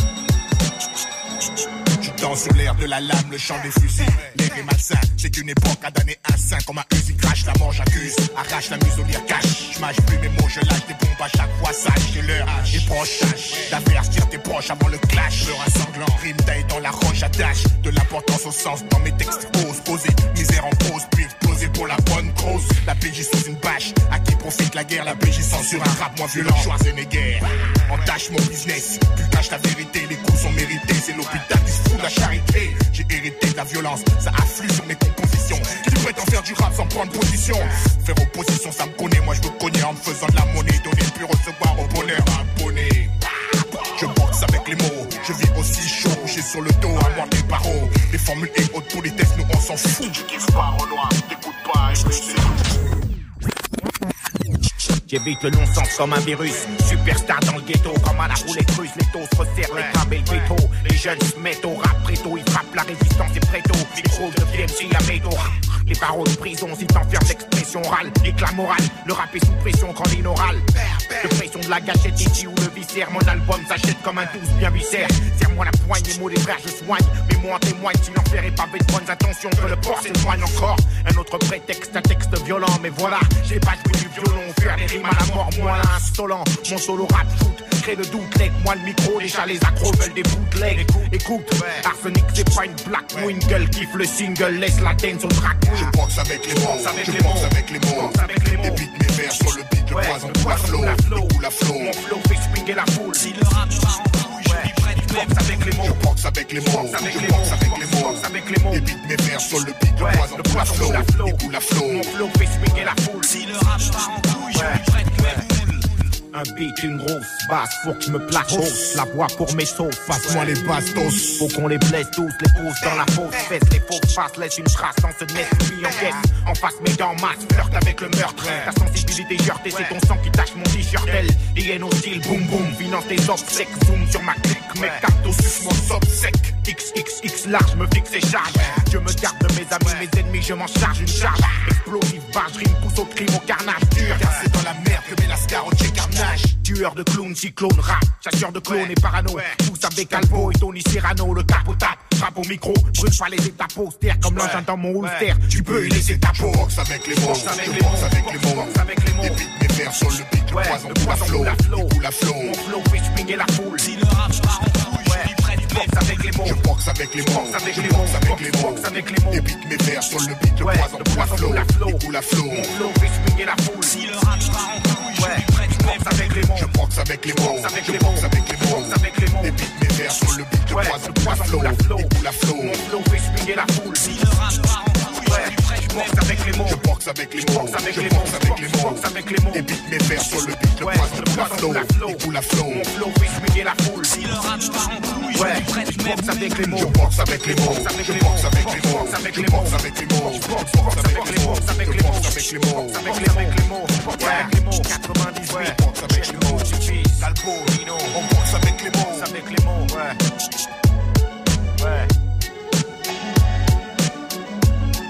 Tu danses sur l'air de la lame, le chant des fusils. L'air est malsain, c'est qu'une époque a donné un sein. Comme un Uzi crache, la mort j'accuse. Arrache la muselière cache. Je mâche plus mes mots, je lâche des bombes à chaque fois. Sache que l'heure est proche, tâche d'avertir tes proches avant le clash. L'heure sanglant, rime taille dans la roche, attache de l'importance au sens dans mes textes. Pose, poser, misère en pause, puis exploser pour la bonne cause. La P J sous une bâche, à qui profite la guerre. La P J censure un rap moins violent. Schwarzenegger, entache mon business. Plus cache la vérité, les coups sont mérités. C'est l'hôpital qui se fout de la charité. J'ai hérité de la violence, ça afflue sur mes compositions. Qui prétend faire du rap sans prendre position? Faire opposition, ça me connaît, moi je me connais en me faisant de la monnaie. Donner puis recevoir au bonheur abonné. Je boxe avec les mots, je vis aussi chaud. Couché sur le dos, à moi des barreaux. Les formules et haute politesse, nous on s'en fout. Tu kiffes pas, Renoir, t'écoutes pas, et J'évite le non-sens comme un virus. Superstar dans le ghetto, comme à la roulette russe. Les taux se resserrent, les crabes et le béto. Les jeunes se mettent au rap préto. Ils frappent la résistance et préto. Micro de M C à métaux. Les paroles de prison, si t'enfermes d'expression orale. Éclat moral, le rap est sous pression quand l'inaural. De pression de la gâchette ici ou le viscère. Mon album s'achète comme un douze bien viscère. Serre-moi la poigne, mots des frères je soigne. Mais moi en témoigne, si l'enfer est pavé de bonnes intentions. Que le port s'éloigne encore. Un autre prétexte, un texte violent. Mais voilà, j'ai pas joué du violon. Faire des rimes à la mort, moi insolent. Mon solo rap shoot, crée le doute. Lègue moi le micro, déjà les accros veulent des bootlegs. Écoute, Arsenic c'est pas une black wingle. Kiffe le single, laisse la dance au track. Je boxe avec les mots, je boxe avec les mots. Des beats, mes vers sur le beat, le poison pour la flow, le coup la flow. Mon flow fait swinguer la foule. Si le rap part en couille, je suis prêt du boxe avec les mots. Je boxe avec les mots, je boxe avec les mots. Des beats, mes vers sur le beat, le poison pour la flow, le coup la flow. Mon flow fait swinguer la foule. Si le rap part en couille, je suis prêt du boule. Un beat, une grosse basse, faut que je me place hausse. La voix pour mes sauces, passe-moi les bastos. Faut qu'on les blesse tous, les pose dans la fausse fesse. Les fausses faces laissent une trace dans ce nez. Puis en caisse, en face mes dents masse, flirte avec le meurtre. Ta sensibilité heurtée, c'est ton sang qui tache mon t-shirt. Elle, hyène hostile, boum boum, finance tes obsèques. Zoom sur ma clique, mes cartes au suce, mon sob sec. X X X large, me fixe et charge. Je me garde de mes amis, mes ennemis, je m'en charge une charge. Explosive, barge, rime, pousse au crime, au carnage dur. C'est dans la merde que met la scar au carnage. Tueur de clowns, cyclone, rap, chasseur de clones et parano. Tous avec Calvo et Tony Serrano, le capotap, rap au micro, brûle pas les étapes austères comme l'engin dans mon holster. Tu peux y laisser ta peau. Je boxe avec les mots, je boxe avec les mots. Des beats, mes vers sur le beat, le poison pour la flow, le coup la flow. Mon flow fait swinguer la foule. Si le rap part en couille, je suis prêt du boxe avec les mots. Je boxe avec les mots, je boxe avec les mots. Des beats, mes vers sur le beat, le poison pour la flow, le coup la flow. Mon flow fait swinguer la foule. Si le rap part en couille, je suis prêt du boxe avec les mots. Je boxe avec les mots, je boxe avec les mots. Des beats, mes vers sur le beat, le poison pour la flow, le coup la flow. Mon flow fait swinguer la foule. Si le rap part en couille, je suis prêt du boxe avec les mots. Je boxe avec les mots, je boxe avec les mots. Des beats, mes vers sur le beat, le poison pour la flow, le coup la flow. Mon flow fait swinguer la foule. Si le rap part en couille, je suis prêt du boxe avec les mots. Je boxe avec les mots, je boxe avec les mots. Je boxe avec les mots, je boxe avec les mots. Je boxe avec les mots, avec les mots, avec les mots, avec les mots, avec les mots, avec les mots. quatre-vingt-dix-huit, boxe avec les mots. Calpo, Nino, on boxe avec les mots, avec les mots, ouais, ouais.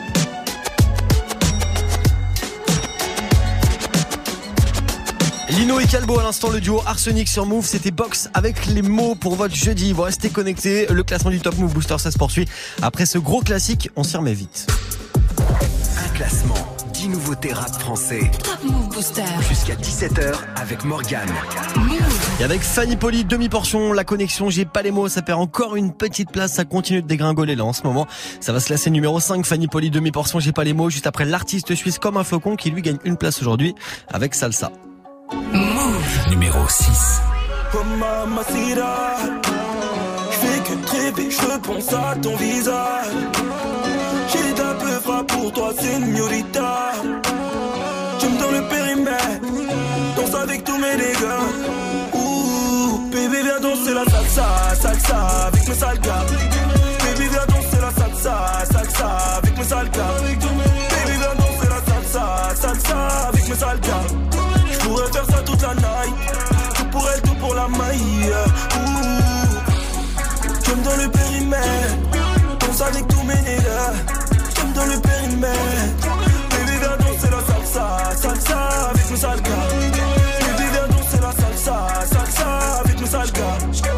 Lino Nino et Calbo à l'instant, le duo Arsenic sur Move. C'était Box avec les mots pour votre jeudi. Vous restez connectés. Le classement du Top Move Booster, ça se poursuit. Après ce gros classique, on s'y remet vite. Un classement, dix nouveautés rap français. Top Move Booster. Jusqu'à dix-sept heures avec Morgane. Et avec Fanny Poli, demi-portion, la connexion, j'ai pas les mots, ça perd encore une petite place, ça continue de dégringoler là en ce moment. Ça va se classer numéro cinq, Fanny Poli, demi-portion, j'ai pas les mots, juste après l'artiste suisse Comme un flocon qui lui gagne une place aujourd'hui avec Salsa. Move numéro six. Oh mamacita, j'fais que de rêver, j'repense à ton visage. J'ai d'un peu frappe pour toi, señorita. Tu me donnes le périmètre, danse avec tous mes dégâts. Ouh, baby viens danser la salsa, salsa avec mes sales gars. Baby viens danser la salsa, salsa avec mes sales gars. Baby viens danser la salsa, salsa avec mes sales gars. J'pourrais faire ça toute la night, tout pour elle, tout pour la maille. Ouh, tu me donnes le périmètre, danse avec tous mes nègres. Tu me donnes le périmètre, baby viens danser la salsa, salsa avec mes sales gars. Baby viens danser la salsa, salsa avec mes sales gars.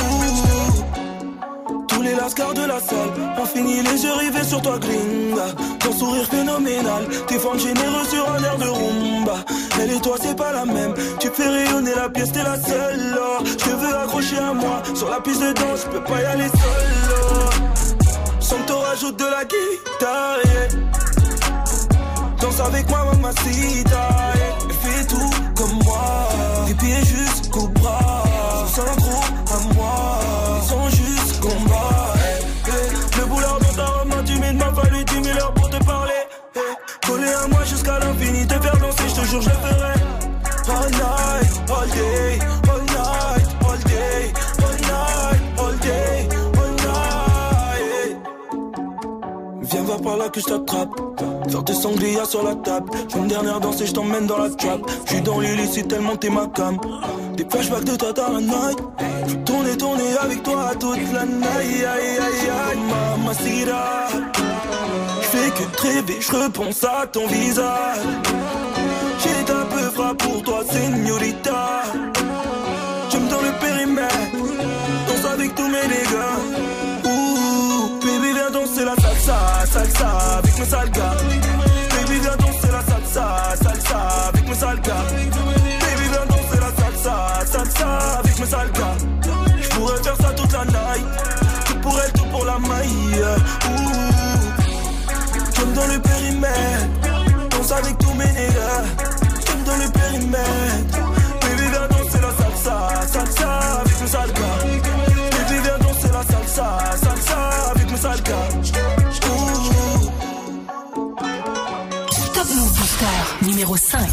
Ouh, tous les lascars de la salle ont fini les yeux rivés sur toi gringa. Ton sourire phénoménal, tes formes généreuses sur un air de rumba. Elle et toi c'est pas la même, tu fais rayonner la pièce, t'es la seule. Oh. Je te veux accrocher à moi, sur la piste de danse, je peux pas y aller seul. Oh. Sans que t'en rajoutes de la guitare, yeah. Danse avec moi mamacita, yeah. Fais tout comme moi, tes pieds jusqu'au bras. Sans gros à moi, sans juste combat, yeah. Yeah. Le boulard dans ta robe intime, il m'a fallu dix mille heures pour te parler, yeah. Coller à moi jusqu'à l'infini, te faire danser, je te jure je le ferai. All night, all day, all night, all day, all night, all day, all night. Viens voir par là que je t'attrape, faire des sangria sur la table. Une dernière danse et je t'emmène dans la trap. J'suis dans l'illicite tellement t'es ma cam. Des flashbacks de toi dans la night. J'veux tourner, tourner avec toi toute la night. Aïe, aïe, aïe, mamacita. J'fais que de rêver, j'repense à ton visage. J'ai un peu frappe pour toi, señorita. Tu me donnes le périmètre, danse avec tous mes dégâts. Ouh, baby viens danser la salsa, salsa avec mes sales gars. Baby viens danser la salsa, salsa avec mes sales gars. Baby viens danser la salsa, salsa avec mes sales gars. J'pourrais faire ça toute la night, tout pour elle, tout pour la maille. Ouh, tu me donnes le périmètre, danse avec tous mes nègres. Tu me donnes le périmètre, baby viens danser la salsa, salsa avec mes sales gars. Baby viens danser la salsa, salsa avec mes sales gars. Top Move Booster numéro cinq.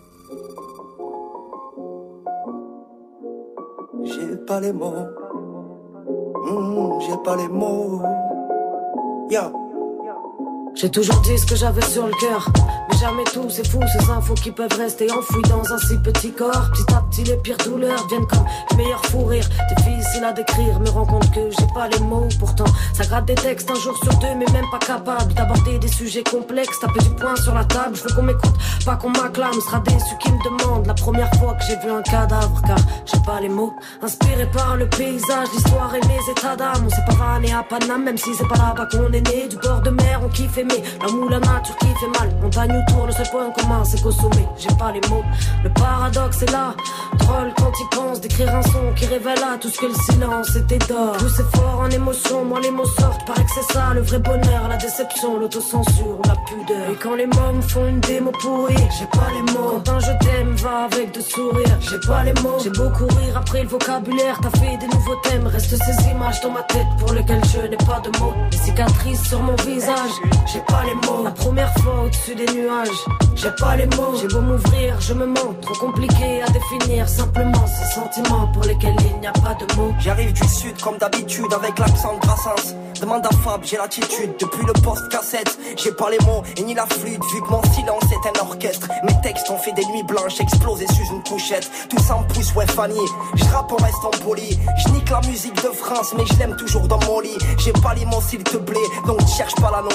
J'ai pas les mots, mmh, j'ai pas les mots. Yo. J'ai toujours dit ce que j'avais sur le cœur, mais jamais tout, c'est fou ces infos qui peuvent rester enfouies dans un si petit corps. Petit à petit les pires douleurs viennent comme les meilleurs fous rires. Difficile à décrire, me rends compte que j'ai pas les mots. Pourtant ça gratte des textes un jour sur deux, mais même pas capable d'aborder des sujets complexes. Taper du poing sur la table, je veux qu'on m'écoute, pas qu'on m'acclame. Sera déçu qui me demande la première fois que j'ai vu un cadavre, car j'ai pas les mots. Inspiré par le paysage, l'histoire et mes états d'âme. On s'est pas vanné à Paname, même si c'est pas là-bas qu'on est né. Du bord de mer on kiffe aimer, l'amour, la nature qui fait mal. Montagne autour, le seul point commun c'est qu'au sommet j'ai pas les mots. Le paradoxe est là, drôle quand il pense d'écrire un son qui révèle à tout ce que le silence était d'or. Tout c'est fort en émotion, moi les mots sortent, paraît que c'est ça le vrai bonheur. La déception, l'autocensure, la pudeur. Et quand les mots me font une démo pourrie, j'ai pas les mots. Quand un je t'aime va avec de sourires, j'ai pas les mots. J'ai beau courir après le vocabulaire, t'as fait des nouveaux thèmes. Restent ces images dans ma tête pour lesquelles je n'ai pas de mots. Les cicatrices sur mon visage, j'ai pas les mots. La première fois au-dessus des nuages, j'ai pas les mots. J'ai beau m'ouvrir, je me mens, trop compliqué à définir simplement ces sentiments pour lesquels il n'y a pas de mots. J'arrive du sud comme d'habitude avec l'accent de Brassens. Demande à Fab, j'ai l'attitude depuis le poste cassette. J'ai pas les mots et ni la flûte vu que mon silence est un orchestre. Mes textes ont fait des nuits blanches explosées sous une couchette. Tout ça me pousse, ouais Fanny, je rappe en restant poli. Je nique la musique de France mais je l'aime toujours dans mon lit. J'ai pas les mots s'il te plaît, donc cherche pas l'anomalie.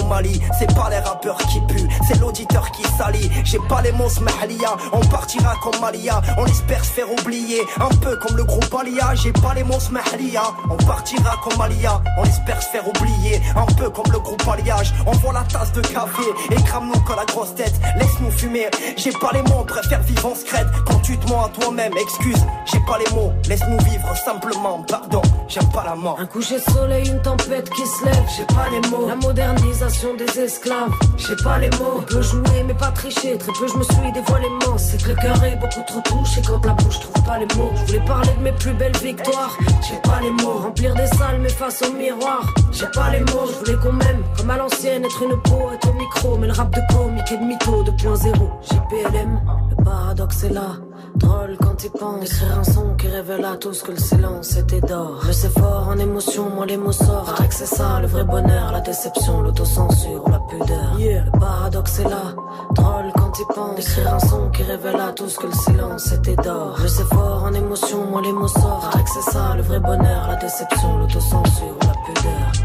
c'est pas les rappeurs qui puent, c'est l'auditeur qui salit. J'ai pas les mots smahlia, on partira comme Malia. On espère se faire oublier, un peu comme le groupe Alia. J'ai pas les mots smahlia, on partira comme Alia. On espère se faire oublier, un peu comme le groupe Alliage. On voit la tasse de café et crame-nous comme la grosse tête. Laisse-nous fumer, j'ai pas les mots, on préfère vivre en secrète. Quand tu te mens à toi-même, excuse, j'ai pas les mots. Laisse-nous vivre simplement, pardon, j'aime pas la mort. Un coucher de soleil, une tempête qui se lève, j'ai pas les mots. La modernisation des esclaves, j'ai pas les mots. On peut jouer mais pas tricher, très peu je me suis dévoilé immense. C'est que le cœur est beaucoup trop touché quand la bouche trouve pas les mots. Je voulais parler de mes plus belles victoires, j'ai pas les mots. Remplir des salles mais face au miroir, j'ai pas les mots. Je voulais qu'on m'aime comme à l'ancienne, être une poète au micro. Mais le rap de comique et de mytho deux point zéro. J'ai P L M, le paradoxe est là. Drôle quand il pense d'écrire un son qui révèle à tous que le silence était d'or. Je sais fort en émotion, moi les mots sortent. Paraît que c'est ça le vrai bonheur, la déception, l'autocensure ou la pudeur. Yeah. Le paradoxe est là. Drôle quand il pense d'écrire un son qui révèle à tous que le silence était d'or. Je sais fort en émotion, moi les mots sortent. Paraît que c'est ça le vrai bonheur, la déception, l'autocensure ou la pudeur.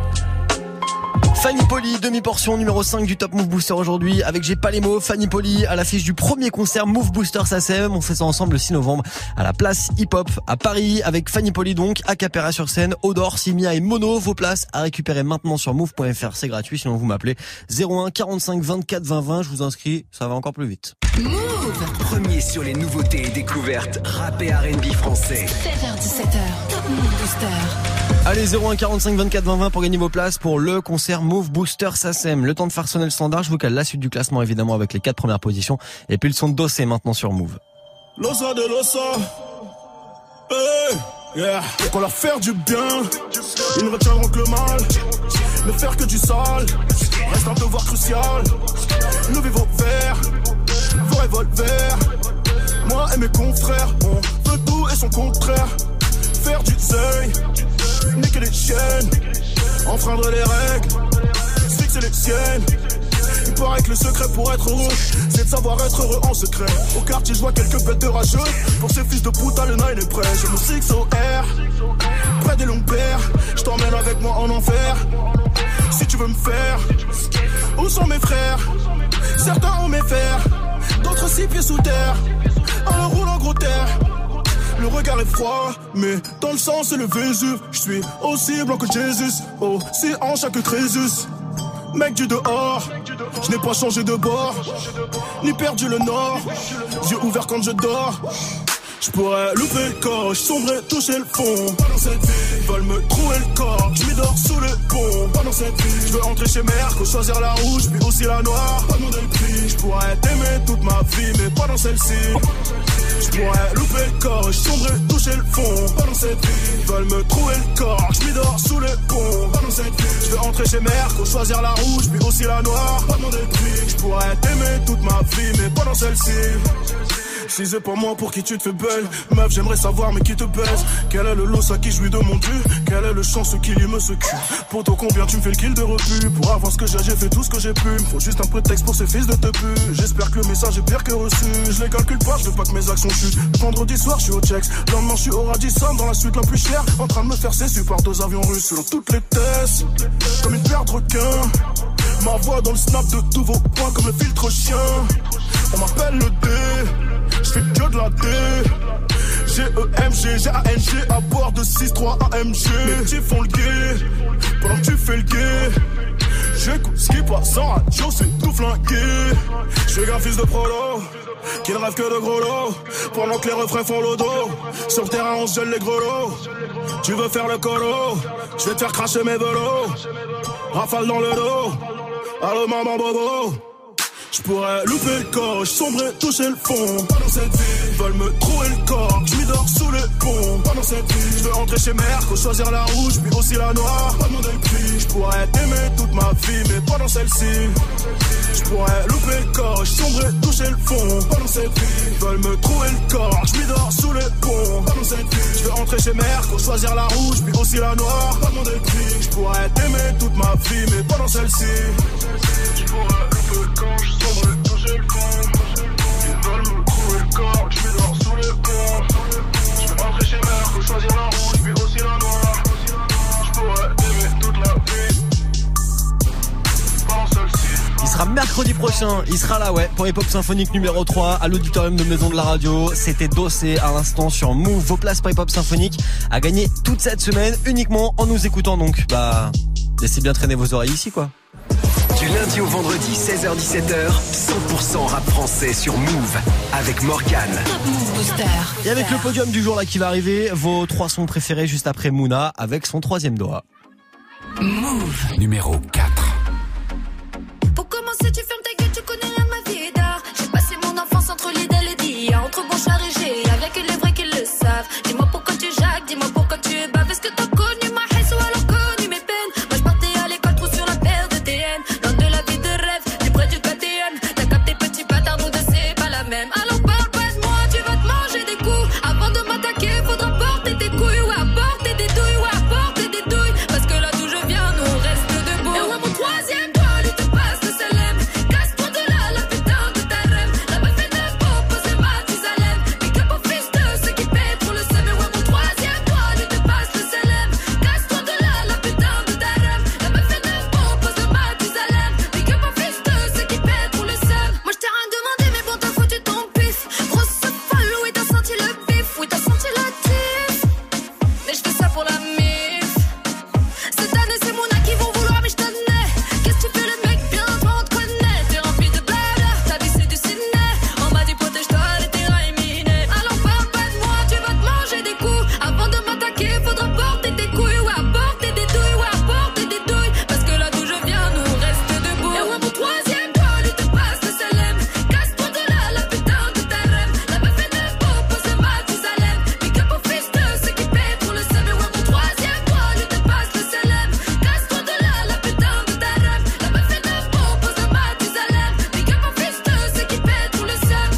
Fanny Polly, demi-portion numéro cinq du Top Move Booster aujourd'hui avec J'ai pas les mots. Fanny Polly à l'affiche du premier concert Move Booster S A C M. On fait ça ensemble le six novembre à la place Hip Hop à Paris avec Fanny Polly donc, Acapera sur scène, Odor, Simia et Mono. Vos places à récupérer maintenant sur move point f r, c'est gratuit, sinon vous m'appelez zéro un quarante-cinq vingt-quatre vingt vingt. Je vous inscris, ça va encore plus vite. Move, premier sur les nouveautés et découvertes rap et R and B français. seize heures dix-sept heures, Top Move Booster. Allez, zéro un quarante-cinq vingt-quatre vingt vingt pour gagner vos places pour le concert Move Booster S A C M. Le temps de faire sonner le standard, je vous cale la suite du classement évidemment avec les quatre premières positions. Et puis le son de Dossé maintenant sur Move. Losa de Losa, hey, yeah. Et qu'on leur faire du bien, ils ne retiendront que le mal. Ne faire que du sale, reste un devoir crucial. Nous vivons vert, vos revolvers. Moi et mes confrères, on veut tout et son contraire. Faire du seuil, niquer les chiennes, enfreindre les règles, se fixer les siennes. Il paraît que le secret pour être heureux, c'est de savoir être heureux en secret. Au quartier, je vois quelques bêtes de rageux. Pour ces fils de putain, le nine est prêt. J'ai mon six O R, près des longs pères. Je t'emmène avec moi en enfer. Si tu veux me faire, où sont mes frères? Certains ont mes fers, d'autres six pieds sous terre. Un roule en gros terre. Le regard est froid, mais dans le sang c'est le Vésuve. Je suis aussi blanc que Jésus, aussi en chaque Crésus. Mec du dehors, je n'ai pas changé de bord, ni perdu le nord. Yeux ouverts quand je dors. Je pourrais louper le coche, sombrer, toucher le fond. Pas dans cette vie, ils veulent me trouer le corps. Je m'y dors sous le pont. Pas dans cette vie, je veux entrer chez Merco, choisir la rouge, puis aussi la noire. Pas demander le prix, je pourrais t'aimer toute ma vie, mais pas dans celle-ci. Je pourrais louper le corps, sombrer, toucher le fond. Pas dans cette vie, ils veulent me trouer le corps. Je m'y dors sous le pont. Pas dans cette vie, je veux entrer chez Merco, choisir la rouge, puis aussi la noire. Pas demander le prix, je pourrais t'aimer toute ma vie, mais pas dans celle-ci. Si c'est pas moi, pour qui tu te fais belle? Meuf, j'aimerais savoir, mais qui te baise? Quel est le lot à qui jouit de mon dû? Quel est le chance qui lui me secoue? Poto, combien tu me fais le kill de refus? Pour avoir ce que j'ai, j'ai fait tout ce que j'ai pu. Faut juste un prétexte pour ces fils de te pu. J'espère que le message est pire que reçu. Je les calcule pas, je veux pas que mes actions chutent. Vendredi soir, je suis au checks. Lendemain, je suis au Radisson, dans la suite la plus chère. En train de me faire cesser par deux avions russes. Selon toutes les tests, comme une paire de requins. Ma voix dans le snap de tous vos points comme le filtre chien. On m'appelle le D, je fais que de la D. G E M G, G A N G à bord de six trois A M G. Mes petits font le gay, pendant que tu fais le gay. J'écoute ce qui passe en radio, c'est tout flingué. J'suis qu'un fils de prolo, qui ne rêve que de gros lots. Pendant que les refrains font le dos, sur le terrain on se gèle les grelots. Tu veux faire le colo, j'vais te faire cracher mes velots. Rafale dans le dos, allô maman bobo. J'pourrais louper le coche, sombrer, toucher le fond. Pas dans cette vie, ils veulent me trouer le corps. J'm'y dors sous le pont. Pas dans cette vie, j'veux entrer chez Merco, choisir la rouge, puis aussi la noire. Pas demander le prix, j'pourrais t'aimer toute ma vie, mais pas dans celle-ci. J'pourrais louper le coche, sombrer, toucher le fond. Pas dans cette vie, ils veulent me trouver le corps. J'm'y dors sous le pont. Pas dans cette vie, j'veux entrer chez Merco, choisir la rouge, puis aussi la noire. Pas demander le prix, j'pourrais t'aimer toute ma vie, mais pas dans celle-ci. J'pourrais louper le coche, sombrer, toucher le fond. Ils veulent me trouver le corps, j'm'y dors sous le pont. J'veux entrer chez Merco, choisir la rouge, puis aussi la noire. J'pourrais t'aimer toute la vie. Pas dans mercredi prochain, il sera là, ouais, pour Hip Hop Symphonique numéro trois à l'auditorium de Maison de la Radio. C'était Dossé à l'instant sur Move. Vos places pour Hip Hop Symphonique à gagner toute cette semaine uniquement en nous écoutant. Donc, bah, laissez bien traîner vos oreilles ici, quoi. Du lundi au vendredi, seize heures dix-sept heures, cent pour cent rap français sur Move avec Morgane. Move Booster. Et avec le podium du jour là qui va arriver, vos trois sons préférés juste après Mouna avec son troisième doigt. Move numéro quatre. Pour commencer, tu fermes ta gueule, tu connais rien de ma vie d'art. J'ai passé mon enfance entre l'idéal et l'I A, entre Bonchard et G. Y'a que les vrais qui le savent. Dis-moi pourquoi tu jacques, dis-moi pourquoi tu baves. Est-ce que t'as connu ma haine ou alors connu mes peines? Moi je partais à l'école trop sur la paire de T N. Loin de la vie de rêve, plus près du K T M. T'as capté petit bâtard, nous deux c'est pas la même. Alors parle pas de moi, tu vas te manger des coups. Avant de m'attaquer, faudra porter tes couilles. Ou apporter des douilles, ou apporter des douilles. Parce que là d'où je viens, nous on reste debout. Et ouais, mon troisième doigt, lui te passe le salem. Casse-toi de là, la putain de ta rêve. La meuf est neuf pour poser Mathusalem. Big up au fils de ceux qui paient pour le seum. Et ouais, mon troisième doigt, lui te passe le salem. Casse-toi de là, la putain de ta rêve. La meuf est neuf pour poser Mathusalem. Big up au fils de ceux qui paient pour le seum. Moi je t'ai rien demandé, mais bon t'as foutu ton pif. Grosse folle, oui t'as senti le bif, oui t'as senti le tif. Mais je fais ça pour la mif. Cette année c'est Mouna qui vont vouloir, mais je t'admets. Qu'est-ce que tu fais le mec, bien toi on te connaît. T'es rempli de blabla, ta vie c'est du ciné. On m'a dit protège-toi, les terrains est miné. Alors parle pas de moi, tu vas te manger des coups. Avant de m'attaquer, faudra porter tes couilles. Ou apporter des douilles, ou apporter des douilles. Parce que là d'où je viens, nous on reste debout. Et ouais, mon troisième doigt, lui te passe le salem. Casse-toi de là, la putain de ta rêve. La meuf est neuf pour poser Mathusalem. Big up au fils de ceux qui paient pour le seum. Et ouais, mon troisième doigt, lui te passe le salem. Casse-toi de là, la putain de ta rêve. La meuf est neuf pour poser Mathusalem. Big up au fils de ceux qui paient pour le seum.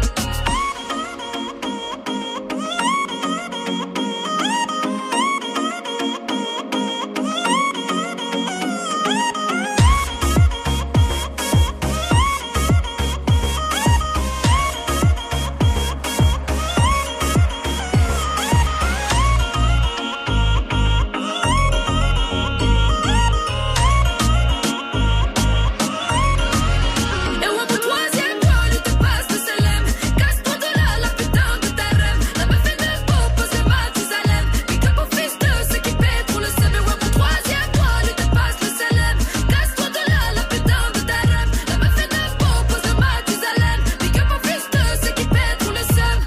Et ouais, mon troisième doigt, lui te passe le salem. Casse-toi de là, la putain de ta rêve. La meuf est neuf pour poser Mathusalem. Big up au fils de ceux qui paient pour le seum. Et ouais, mon troisième doigt, lui te passe le salem. Casse-toi de là, la putain de ta rêve. La meuf est neuf pour poser Mathusalem. Big up au fils de ceux qui paient pour le seum.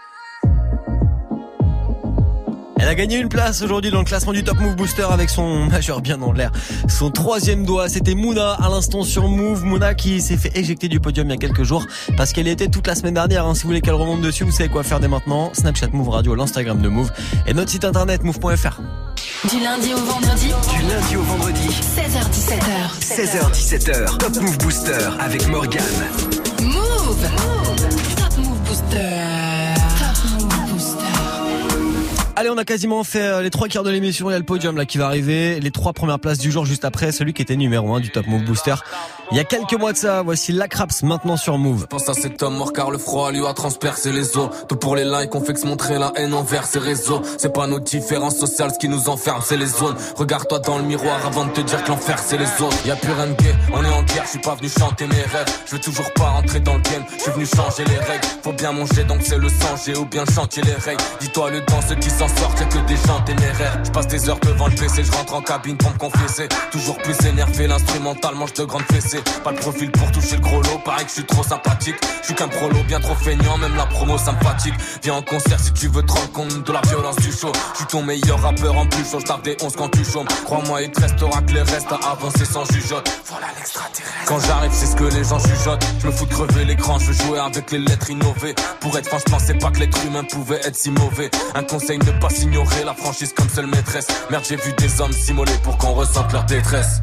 Elle a gagné une place aujourd'hui dans le classement du Top Move Booster avec son majeur bien dans l'air. Son troisième doigt, c'était Mouna à l'instant sur Move. Mouna qui s'est fait éjecter du podium il y a quelques jours parce qu'elle était toute la semaine dernière. Hein. Si vous voulez qu'elle remonte dessus, vous savez quoi faire dès maintenant. Snapchat Move Radio, l'Instagram de Move et notre site internet move point f r. Du lundi au vendredi, Du lundi au vendredi, seize heures dix-sept heures. seize heures dix-sept heures, Top Move Booster avec Morgane. Move. Top Move Booster. Top Move Booster. Allez, on a quasiment fait les trois quarts de l'émission. Il y a le podium là qui va arriver. Les trois premières places du jour juste après celui qui était numéro un du Top Move Booster. Il y a quelques mois de ça, voici Lacraps maintenant sur Move. Pense à cet homme mort car le froid lui a transpercé les os. Tout pour les likes, on fait que se montrer la haine envers ces réseaux. C'est pas nos différences sociales ce qui nous enferme, c'est les zones. Regarde-toi dans le miroir avant de te dire que l'enfer c'est les autres. Y'a plus rien de gay, on est en guerre, je suis pas venu chanter mes rêves. Je veux toujours pas rentrer dans le game, je suis venu changer les règles. Faut bien manger donc c'est le sang, j'ai ou bien chanter les règles. Dis-toi le dans ceux qui s'en sortent, y'a que des gens téméraires. Je passe des heures devant le P C, je rentre en cabine pour me confesser. Toujours plus énervé, l'instrumental mange de grandes fessées. Pas de profil pour toucher le gros lot, pareil que je suis trop sympathique. Je suis qu'un prolo bien trop feignant, même la promo ça me fatigue. Viens en concert si tu veux te rendre compte de la violence du show. Je suis ton meilleur rappeur en plus, je tape des onze quand tu chômes. Crois-moi il te restera que les restes à avancer sans jugeote. Voilà l'extraterrestre. Quand j'arrive c'est ce que les gens chuchotent. Je me fous de crever l'écran, je veux jouer avec les lettres innovées. Pour être franc je pensais pas que l'être humain pouvait être si mauvais. Un conseil ne pas s'ignorer, la franchise comme seule maîtresse. Merde j'ai vu des hommes s'immoler pour qu'on ressente leur détresse.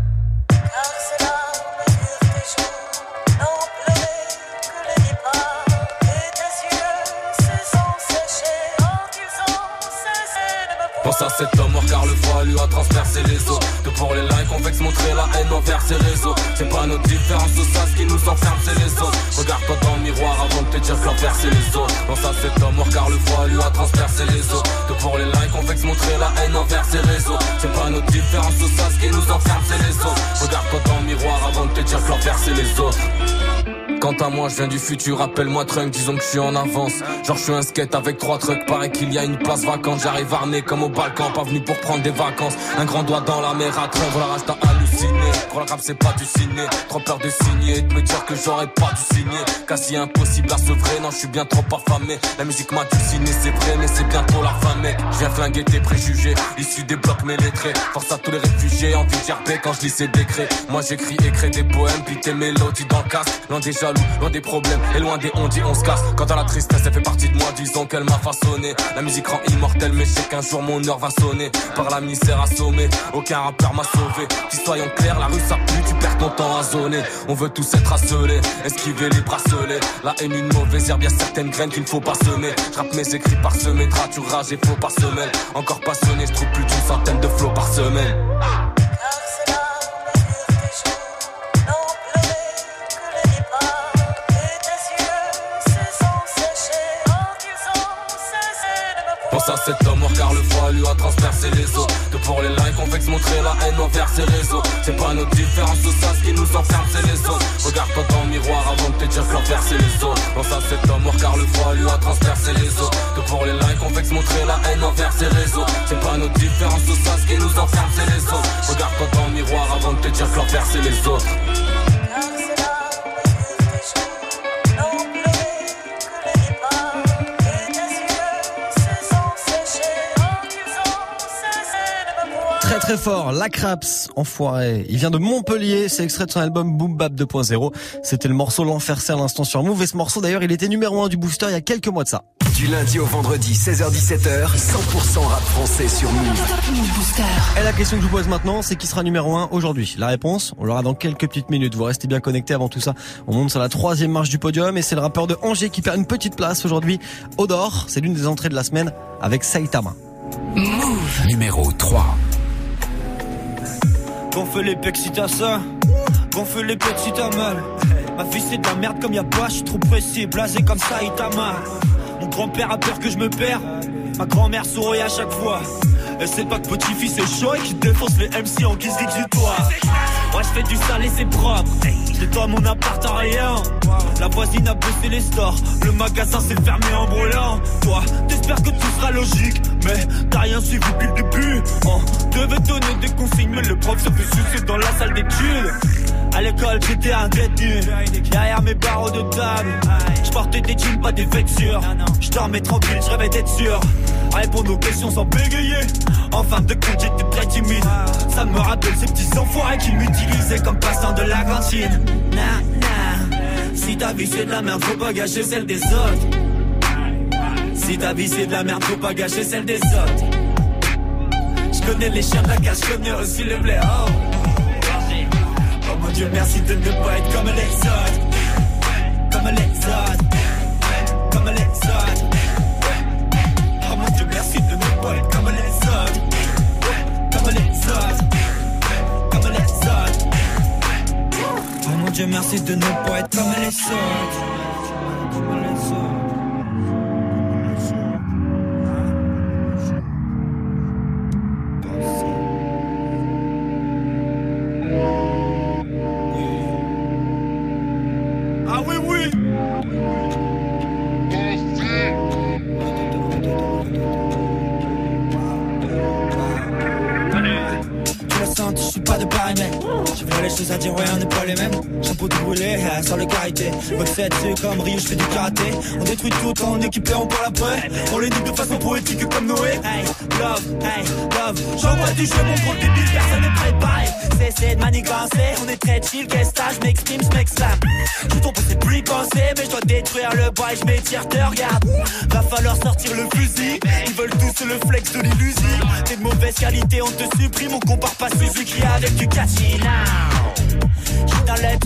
Pense à cet homme mort car le foie lui a transpercé les os. Que pour les likes on vexe montrer la haine envers ses réseaux. C'est pas notre différence au ça, ce qui nous enferme c'est les autres. Regarde-toi dans le miroir avant de te dire que l'enfer c'est les autres. Non ça cet homme mort car le foie lui a transpercé les os. Que pour les likes on vexe montrer la haine envers ses réseaux. C'est pas notre différence au ça, ce qui nous enferme c'est les autres. Regarde-toi dans le miroir avant de te dire que l'enfer c'est les autres. Quant à moi, je viens du futur, appelle-moi Trunk, disons que je suis en avance. Genre je suis un skate avec trois trucks, paraît qu'il y a une place vacante. J'arrive armé comme au Balkan, pas venu pour prendre des vacances. Un grand doigt dans la mer à Trunk, voilà rage t'as halluciné. Pour la rap c'est pas du ciné, trop peur de signer et de me dire que j'aurais pas dû signer. Quasi impossible à sevrer, non je suis bien trop affamé. La musique m'a dulciné, c'est vrai mais c'est bientôt la fin mec. Je viens flinguer tes préjugés, issus des blocs mélétrés. Force à tous les réfugiés, envie de gerber quand je lis ces décrets. Moi j'écris et crée des poèmes, puis tes mélodies dans le casque. Loin des jaloux, loin des problèmes et loin des on dit on se casse. Quant à la tristesse elle fait partie de moi, disons qu'elle m'a façonné. La musique rend immortelle mais je sais qu'un jour mon heure va sonner. Par la misère assommée, aucun rappeur m'a sauvé. Si soyons clairs, la rue ça pue, tu perds ton temps à zoner. On veut tous être asselés, esquiver les bracelets. La haine une mauvaise herbe, y'a certaines graines qu'il ne faut pas semer. J'rappe mes écrits parsemés, tu rage et faux par semaine. Encore passionné, je trouve plus d'une centaine de flots par semaine. Pense à cet homme mort car le foie lui a transpercé les os. Que pour les likes on vexe montrer la haine envers ses réseaux. C'est pas notre différence au ça, ce qui nous enferme c'est les autres. Regarde-toi dans le miroir avant de te dire que l'enfer c'est les autres. Pense à cet homme mort car le foie lui a transpercé les os. Que pour les likes on vexe montrer la haine envers ses réseaux. C'est pas notre différence au ça, ce qui nous enferme c'est les autres. Regarde-toi dans le miroir avant de te dire que l'enfer c'est les autres. Très très fort, La Craps, enfoiré. Il vient de Montpellier, c'est extrait de son album Boom Bap deux point zéro. C'était le morceau L'Enfer c'est à l'instant sur Move. Et ce morceau d'ailleurs il était numéro un du Booster il y a quelques mois de ça. Du lundi au vendredi, seize heures dix-sept heures, cent pour cent rap français sur Move. Et la question que je vous pose maintenant, c'est qui sera numéro un aujourd'hui? La réponse, on l'aura dans quelques petites minutes. Vous restez bien connectés. Avant tout ça, on monte sur la troisième marche du podium et c'est le rappeur de Angers qui perd une petite place aujourd'hui. Odor, c'est l'une des entrées de la semaine avec Saitama. Move numéro trois. Gonfle les pecs si t'as ça, gonfle les pecs si t'as mal. Ma vie c'est de la merde comme y'a pas, j'suis trop précis, blasé comme ça il t'a mal. Mon grand-père a peur que je me perds, ma grand-mère sourit à chaque fois. Elle sait pas que petit-fils est chaud et qu'il défonce les M C en guise d'exutoire. Moi je fais du sale et c'est propre, je nettoie mon appart en rien. La voisine a baissé les stores, le magasin s'est fermé en brûlant. Toi, t'espères que tout sera logique, mais t'as rien suivi depuis le début. On devait donner des consignes, mais le prof se fait sucer dans la salle d'études. À l'école j'étais un détenu, derrière mes barreaux de table. Je portais des jeans, pas des vêtures. Je dormais tranquille, je rêvais d'être sûr. Répondre aux questions sans bégayer. En fin de compte j'étais très timide. Ça me rappelle ces petits enfoirés qui m'utilisaient comme passant de la cantine. Nah, nah. Si ta vie c'est de la merde, faut pas gâcher celle des autres. Si ta vie c'est de la merde, faut pas gâcher celle des autres. Je connais les chiens de la casse, je connais aussi le blé. Oh. Oh mon Dieu, merci de ne pas être comme les autres. Comme les autres. Comme les autres. Oh mon Dieu, merci de ne pas être comme les autres. Comme les autres. Comme les autres. Oh mon Dieu, merci de ne pas être comme les autres. Comme les autres. À dire ouais on n'est pas les mêmes. Chapeau tout brûlé, euh, sur le karité. Boxette c'est comme Rio, je fais du karaté. On détruit tout quand on est équipé, on parle après. On les nique de façon poétique comme Noé. Hey, love, hey, love. J'envoie du jeu, mon gros débile, personne n'est préparé. Cessez de manigancer, on est très chill, qu'est-ce que je m'exprime, je m'exclame. Je tombe pour c'est plus pensé, mais je dois détruire le bois et je m'étire, te regarde. Va falloir sortir le fusil. Ils veulent tous le flex de l'illusion. T'es de mauvaise qualité, on te supprime. On compare pas Suzuki avec du catchy now. J'suis dans le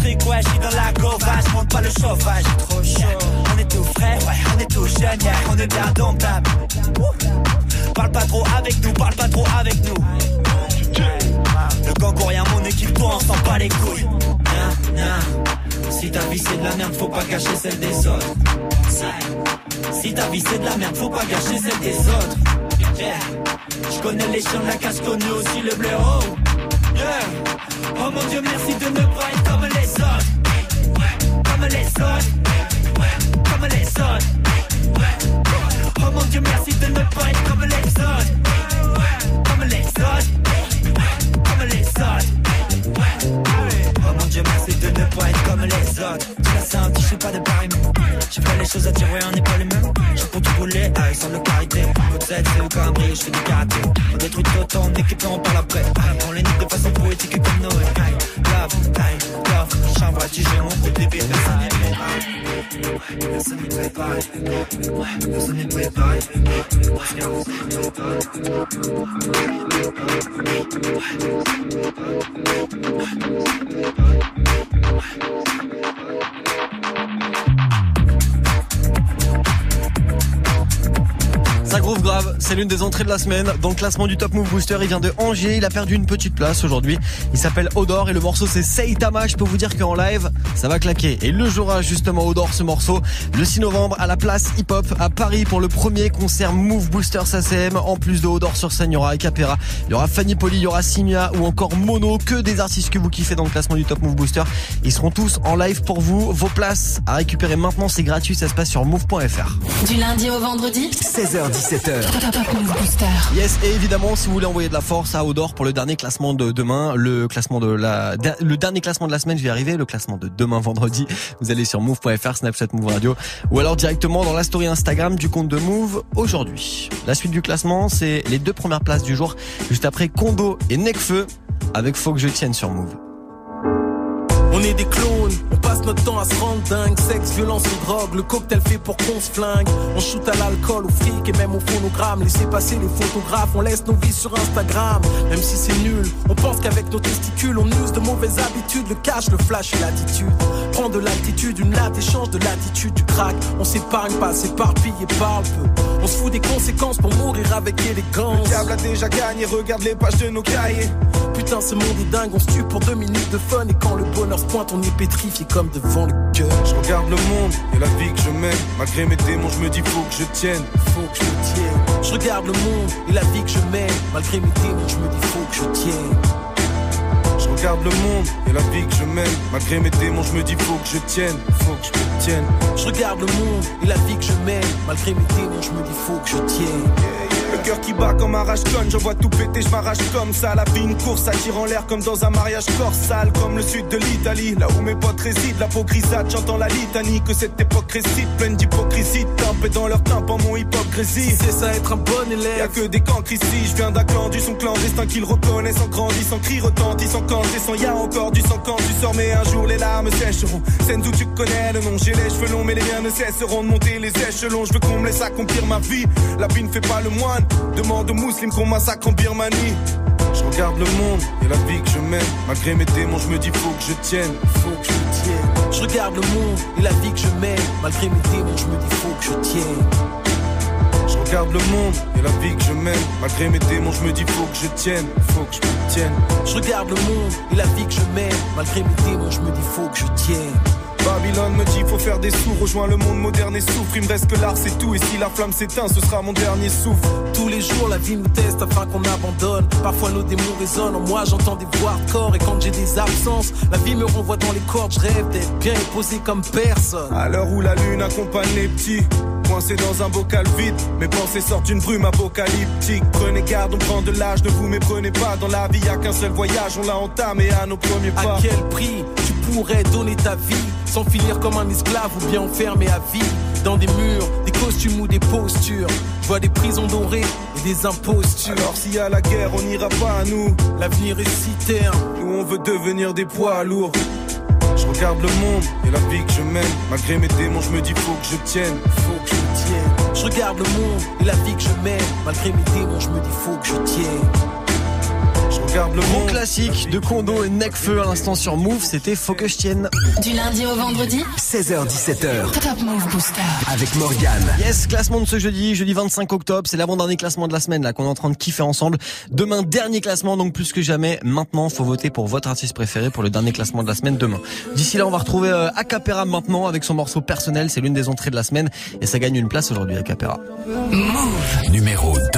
truc, ouais, j'suis dans la gauvage, monte pas le chauffage, trop chaud. On est tout frais, ouais, on est tout jeune, yeah, on est bien domptable. Parle pas trop avec nous, parle pas trop avec nous. Le gangourien, mon équipe, toi, on s'en bat les couilles. Nah, nah. Si ta vie c'est de la merde, faut pas gâcher celle des autres. Si ta vie c'est de la merde, faut pas gâcher celle des autres. Yeah. J'connais les chiens de la casse, j'connais aussi le blaireau. Yeah. Oh mon Dieu, merci de ne pas être comme les autres. Comme les autres. Comme les autres. Oh mon Dieu, merci de ne pas être comme les autres. Comme les autres. Comme les autres. Oh mon Dieu, merci de ne pas être comme les autres. Tu l'as senti, je suis pas de pareil. J'ai fait les choses à dire, ouais, on n'est pas les mêmes. J'ai pour tout rouler, avec sans le carité. Peut-être c'est au cambré, je fais du karaté. On détruit tout autant, on équipe et on parle après. On les nique de façon poétique comme Noé. Love, time, love. Chambre à tiger, mon coup de débit, personne n'est préparé. Personne n'est préparé. Personne n'est préparé. Ça groove grave, c'est l'une des entrées de la semaine dans le classement du Top Move Booster. Il vient de Angers, il a perdu une petite place aujourd'hui. Il s'appelle Odor et le morceau c'est Seitama. Je peux vous dire qu'en live, ça va claquer. Et le jouera justement Odor ce morceau le six novembre à la place Hip Hop à Paris pour le premier concert Move Booster S A C M. En plus de Odor sur scène, il y aura Acapera, il y aura Fanny Poli, il y aura Simia ou encore Mono, que des artistes que vous kiffez dans le classement du Top Move Booster. Ils seront tous en live pour vous. Vos places à récupérer maintenant, c'est gratuit, ça se passe sur move point f r. Du lundi au vendredi, seize heures dix-sept heures. Top Move Booster. Yes, et évidemment, si vous voulez envoyer de la force à Odor pour le dernier classement de demain, le classement de la, le dernier classement de la semaine, je vais y arriver, le classement de demain vendredi, vous allez sur move point f r, Snapchat Move Radio, ou alors directement dans la story Instagram du compte de Move aujourd'hui. La suite du classement, c'est les deux premières places du jour, juste après Kondo et Nekfeu, avec Faut que je tienne sur Move. On est des clones, on passe notre temps à se rendre dingue. Sexe, violence et drogue, le cocktail fait pour qu'on se flingue. On shoot à l'alcool, au fric et même au phonogramme. Laissez passer les photographes, on laisse nos vies sur Instagram. Même si c'est nul, on pense qu'avec nos testicules on use de mauvaises habitudes. Le cash, le flash et l'attitude. Prends de l'altitude, une latte échange de l'attitude. Du crack, on s'épargne pas, s'éparpille et parle peu. On se fout des conséquences pour mourir avec élégance. Le diable a déjà gagné, regarde les pages de nos cahiers. Putain, ce monde est dingue, on se tue pour deux minutes de fun. Et quand le bonheur se pointe, on est pétrifié comme devant le cœur. Je regarde le monde et la vie que je mène. Malgré mes démons, je me dis faut que je tienne. Faut que je me tienne. Je regarde le monde et la vie que je mène. Malgré mes démons, je me dis faut que je tienne. Je regarde le monde et la vie que je mène. Malgré mes démons, je me dis faut que je tienne. Faut que je me tienne. Je regarde le monde et la vie que je mène. Malgré mes démons, je me dis faut que je tienne. Le cœur qui bat comme un rage-conne, je vois tout péter, je m'arrache comme ça. La vie une course, ça tire en l'air comme dans un mariage corps sale. Comme le sud de l'Italie, là où mes potes résident. La peau grisâtre, j'entends la litanie. Que cette époque récite, pleine d'hypocrisie. Tempé dans leur tympan, mon hypocrisie. C'est ça être un bon élève. Y'a que des cancres ici, je viens d'un clan du son clandestin qu'ils reconnaissent en grandissant. Cris retentissent, quand je descends, y'a encore du sang quand tu sors. Mais un jour les larmes sècheront. Scènes où tu connais le nom, j'ai les cheveux longs, mais les miens ne cesseront de monter les échelons. Je veux qu'on me laisse accomplir ma vie. La vie ne fait pas le moine. Demande aux musulmans qu'on massacre en Birmanie. Je regarde le monde et la vie que je mène. Malgré mes démons, je me dis faut que je tienne. Faut que je tienne. Je regarde le monde et la vie que je mène. Malgré mes démons, je me dis faut que je tienne. Je regarde le monde et la vie que je mène. Malgré mes démons, je me dis faut que je tienne. Faut que je me tienne. Je regarde le monde et la vie que je mène. Malgré mes démons, je me dis faut que je tienne. Babylone me dit faut faire des sous, rejoins le monde moderne et souffre. Il me reste que l'art c'est tout et si la flamme s'éteint ce sera mon dernier souffle. Tous les jours la vie nous teste afin qu'on abandonne. Parfois nos démons résonnent, en moi j'entends des voix de corps. Et quand j'ai des absences, la vie me renvoie dans les cordes. Je rêve d'être bien et posé comme personne. À l'heure où la lune accompagne les petits, coincé dans un bocal vide, mes pensées sortent d'une brume apocalyptique. Prenez garde, on prend de l'âge, ne vous méprenez pas. Dans la vie y'a qu'un seul voyage, on l'a entamé à nos premiers pas. À quel prix tu pourrais donner ta vie sans finir comme un esclave ou bien enfermé à vie dans des murs, des costumes ou des postures. Je vois des prisons dorées et des impostures. Alors s'il y a la guerre, on n'ira pas à nous. L'avenir est si terne. Nous on veut devenir des poids lourds. Je regarde le monde et la vie que je mène. Malgré mes démons, je me dis faut que je tienne. Faut que je me tienne. Je regarde le monde et la vie que je mène. Malgré mes démons, je me dis faut que je tienne. Je regarde le Gros monde. classique de Kondo et Nekfeu à l'instant sur Move, c'était Faut que je tienne. Du lundi au vendredi, seize heures dix-sept heures. Top Move Booster. Avec Morgane. Yes, classement de ce jeudi, jeudi vingt-cinq octobre, c'est l'avant-dernier classement de la semaine là qu'on est en train de kiffer ensemble. Demain, dernier classement, donc plus que jamais, maintenant, faut voter pour votre artiste préféré pour le dernier classement de la semaine demain. D'ici là, on va retrouver euh, Acapera maintenant avec son morceau personnel, c'est l'une des entrées de la semaine et ça gagne une place aujourd'hui, Acapera. Move numéro deux.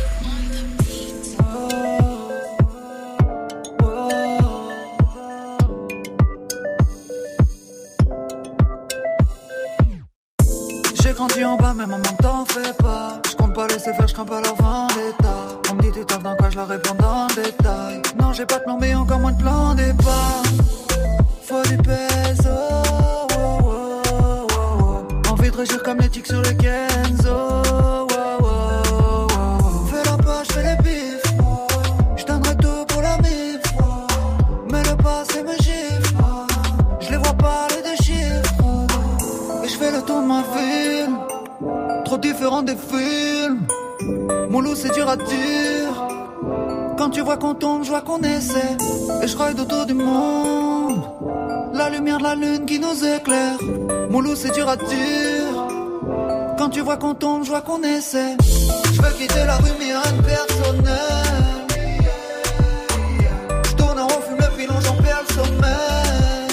J'ai grandi en bas, mais maman t'en fais pas. Je compte pas laisser faire, je crains pas leur vendetta. On me dit tu taffes dans quoi, je leur réponds dans le détail. Non, j'ai pas de plan, mais encore moins de plan départ. Faut du peso, oh, oh, oh, oh. Envie de régir comme les tics sur le Kenzo, oh, oh, oh, oh. Fais la poche, fais les bifs. Je donnerai tout pour la mif. Mais le passé me gifle. Je les vois parler de chiffres. Et je fais le tour de ma ville. Trop différent des films. Mon loup c'est dur à dire. Quand tu vois qu'on tombe, je vois qu'on essaie. Et je ride autour du monde. La lumière de la lune qui nous éclaire. Mon loup c'est dur à dire. Quand tu vois qu'on tombe, je vois qu'on essaie. Je veux quitter la rue mais rien de personnel. Je tourne en rond, fume le pilon, j'en perds le sommeil.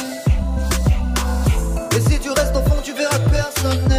Et si tu restes au fond, tu verras que personnel.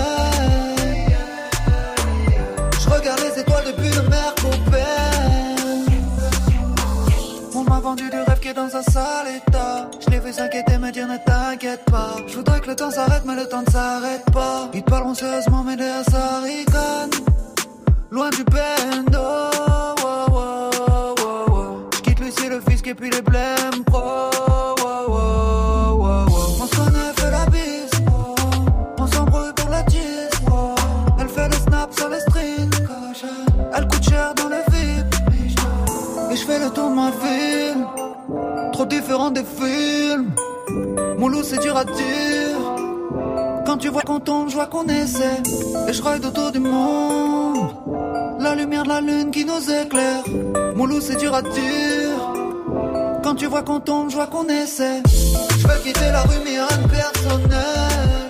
Je regarde les étoiles depuis le Mercopel. On m'a vendu du rêve qui est dans un sale état. Je l'ai vu s'inquiéter, me dire ne t'inquiète pas. Je voudrais que le temps s'arrête, mais le temps ne s'arrête pas. Ils te parleront sérieusement, mais derrière ça rigole. Loin du bendo, oh, oh, oh, oh, oh. Je quitte Lucie, le fisc et puis les blèmes pro, oh, oh, oh, oh. On se connaît, fait la bise, oh. On s'embrouille pour la tisse, oh. Elle fait le snap sur les strings, elle coûte cher dans le vide. Et je fais le tour de ma ville. Trop différent des films. Mon loup c'est dur à dire. Quand tu vois qu'on tombe, je vois qu'on essaie. Et je ride autour du monde. La lumière de la lune qui nous éclaire. Mon loup c'est dur à dire. Quand tu vois qu'on tombe, je vois qu'on essaie. Je veux quitter la rue mais rien de personnel.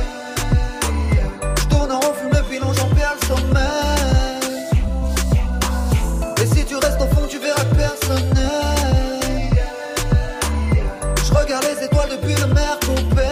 Je tourne en rond, fume le pilon, j'en perds le sommeil. Et si tu restes au fond, tu verras que personnel. Je regarde les étoiles depuis le Mercopel.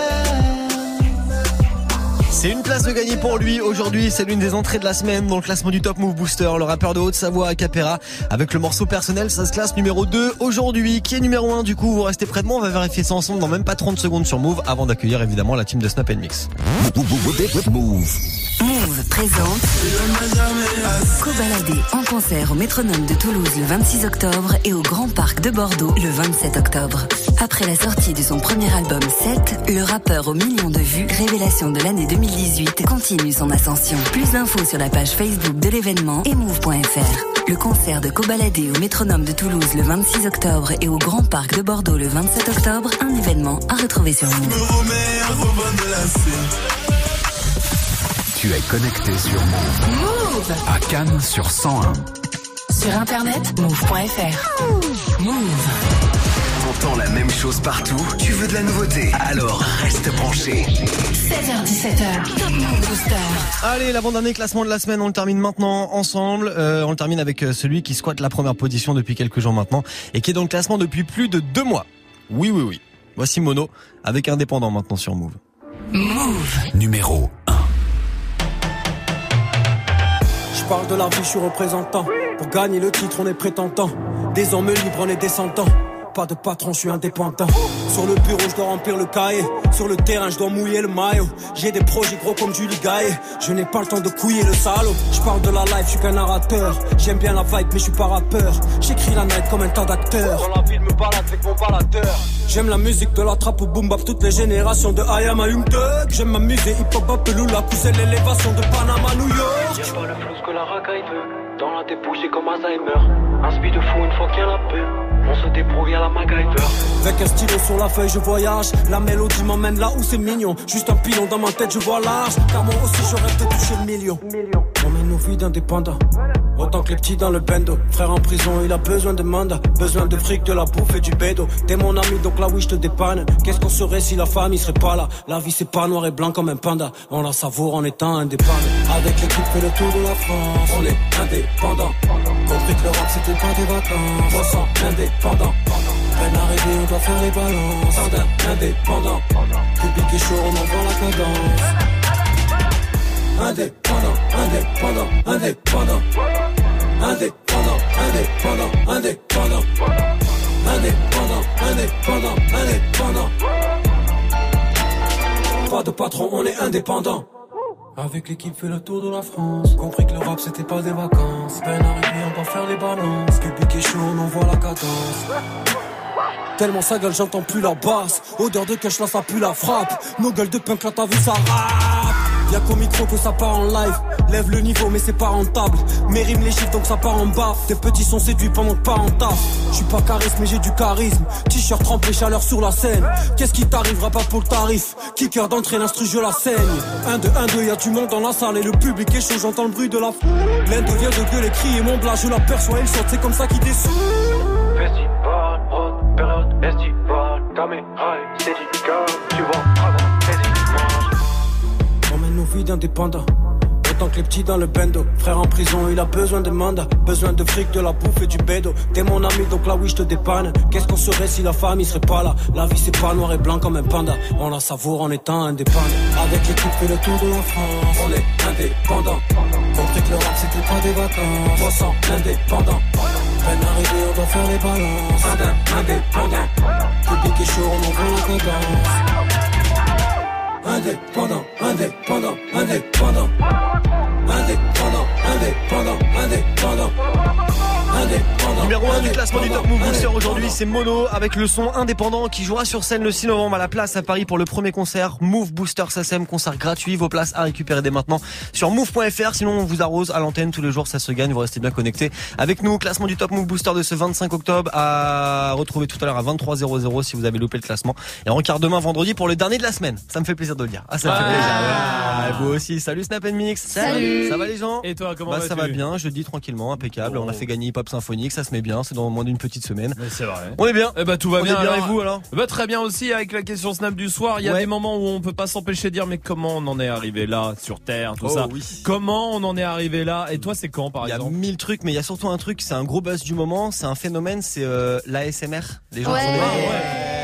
C'est une place de gagner pour lui. Aujourd'hui, c'est l'une des entrées de la semaine dans le classement du Top Move Booster. Le rappeur de Haute-Savoie, Acapera, avec le morceau personnel, ça se classe numéro deux aujourd'hui. Qui est numéro un du coup? Vous restez près de moi, on va vérifier ça ensemble dans même pas trente secondes sur Move avant d'accueillir évidemment la team de Snap and Mix. Move. Move présente Cobaladé en concert au Métronome de Toulouse le vingt-six octobre et au Grand Parc de Bordeaux le vingt-sept octobre. Après la sortie de son premier album sept, le rappeur aux millions de vues, révélation de l'année deux mille dix-huit, continue son ascension. Plus d'infos sur la page Facebook de l'événement et move point f r. Le concert de Cobaladé au Métronome de Toulouse le vingt-six octobre et au Grand Parc de Bordeaux le vingt-sept octobre, un événement à retrouver sur Move. Tu es connecté sur Move. Move À Cannes sur cent un. sur internet, move point f r. Move. T'entends la même chose partout, tu veux de la nouveauté, alors reste branché. seize heures dix-sept heures. Top Move Booster. Allez, l'avant-dernier classement de la semaine, on le termine maintenant ensemble. Euh, on le termine avec celui qui squatte la première position depuis quelques jours maintenant et qui est dans le classement depuis plus de deux mois. Oui, oui, oui. Voici Mono avec Indépendant maintenant sur Move. Move. Numéro un. Je parle de la vie, je suis représentant. Pour gagner le titre, on est prétentant. Des hommes libres, on est descendants. Pas de patron, je suis indépendant. Sur le bureau, je dois remplir le cahier. Sur le terrain, je dois mouiller le maillot. J'ai des projets gros comme Julie Gaillet. Je n'ai pas le temps de couiller le salaud. Je parle de la life, je suis qu'un narrateur. J'aime bien la vibe, mais je suis pas rappeur. J'écris la night comme un tas d'acteurs. Dans la ville, me balade avec mon baladeur. J'aime la musique de la trappe au boom bap, toutes les générations de I Am a Young Thug. J'aime m'amuser, hip hop, Apelula, pousser l'élévation de Panama, New York. Y'a pas le flou que la racaille veut. Dans la dépouille, c'est comme Alzheimer. Un speed de fou une fois qu'il y a la paix. On se débrouille à la MacGyver. Avec un stylo sur la feuille, je voyage. La mélodie m'emmène là où c'est mignon. Juste un pilon dans ma tête, je vois large. Car moi aussi, je rêve de toucher le million. On mène nos vies d'indépendants. autant que les petits dans le bendo. Frère en prison, il a besoin de mandat, besoin de fric, de la bouffe et du bédo. T'es mon ami, donc là oui je te dépanne. Qu'est-ce qu'on serait si la famille serait pas là? La vie c'est pas noir et blanc comme un panda. On la savoure en étant indépendant. Avec l'équipe fait le tour de la France, on est indépendant. Compris que le rap c'était pas des vacances, on sent indépendant. Peine arrivée, on doit faire les balances. Indépendant, indépendant. Public est chaud, on envoie la cadence. Indépendant, indépendant, indépendant. Indépendant, indépendant, indépendant. Indépendant, indépendant, indépendant. Pas de patron, on est indépendant. Avec l'équipe fait le tour de la France. Compris que le rap c'était pas des vacances. Peine arrivée, on doit faire les balances. Public est chaud, on envoie la cadence. Tellement sa gueule, j'entends plus la basse. Odeur de cash, là ça pue la frappe. Nos gueules de punk, là t'as vu ça rap. Y'a qu'au micro que ça part en live. Lève le niveau mais c'est pas rentable. Mes rimes les chiffres donc ça part en bas. Tes petits sont séduits pendant que pas en taf. J'suis pas charisme mais j'ai du charisme. T-shirt trempé, chaleur sur la scène. Qu'est-ce qui t'arrivera pas pour le tarif? Kicker d'entrée, l'instru je la saigne. un deux, un deux, y'a du monde dans la salle. Et le public est chaud, j'entends le bruit de la foule. L'un devient de gueuler, crier mon blas. Je l'aperçois, il saute, c'est comme ça qu'il descend. Festival, haute période estivale. Caméra et syndicat, tu vois, emmène nos vies d'indépendants. Autant que les petits dans le bendo. Frère en prison, il a besoin de mandat. Besoin de fric, de la bouffe et du bédo. T'es mon ami, donc là oui je te dépanne. Qu'est-ce qu'on serait si la famille serait pas là? La vie c'est pas noir et blanc comme un panda. On la savoure en étant indépendant. Avec l'équipe fait le tour de la France, on est indépendant. Compris que le rap c'était pas des vacances, on sent indépendant. Peine arrivée, on doit faire les balances. Indépendant. Public est chaud, on envoie la cadence. Indépendant, indépendant, indépendant. Indépendant, indépendant, indépendant. Indépendant. Numéro un du classement du Top Move Booster aujourd'hui, c'est Mono avec le son Indépendant qui jouera sur scène le six novembre à la Place à Paris pour le premier concert Move Booster S A S M, concert gratuit, vos places à récupérer dès maintenant sur move point f r. Sinon on vous arrose à l'antenne tous les jours, ça se gagne, vous restez bien connectés avec nous. Classement du Top Move Booster de ce vingt-cinq octobre à retrouver tout à l'heure à vingt-trois heures si vous avez loupé le classement. Et rencard demain vendredi pour le dernier de la semaine. Ça me fait plaisir de le dire. Ah, ça me ah, fait plaisir. Ah, vous aussi. Salut Snap and Mix. Salut. Ça va les gens? Et toi, comment bah, vas-tu? Ça va bien, je dis tranquillement, impeccable. Oh. On a fait gagner Hip Hop Symphonique, ça se met bien, c'est dans moins d'une petite semaine. Mais c'est vrai. On est bien. Eh bah tout va on bien. Est bien alors, et vous alors? Bah très bien aussi avec la question Snap du soir. Il y a ouais. des moments où on peut pas s'empêcher de dire mais comment on en est arrivé là sur Terre, tout oh, ça. Oui. Comment on en est arrivé là? Et toi c'est quand par exemple? Il y a mille trucs, mais il y a surtout un truc, c'est un gros buzz du moment, c'est un phénomène, c'est euh, l'A S M R. Les gens ouais. font des... ouais.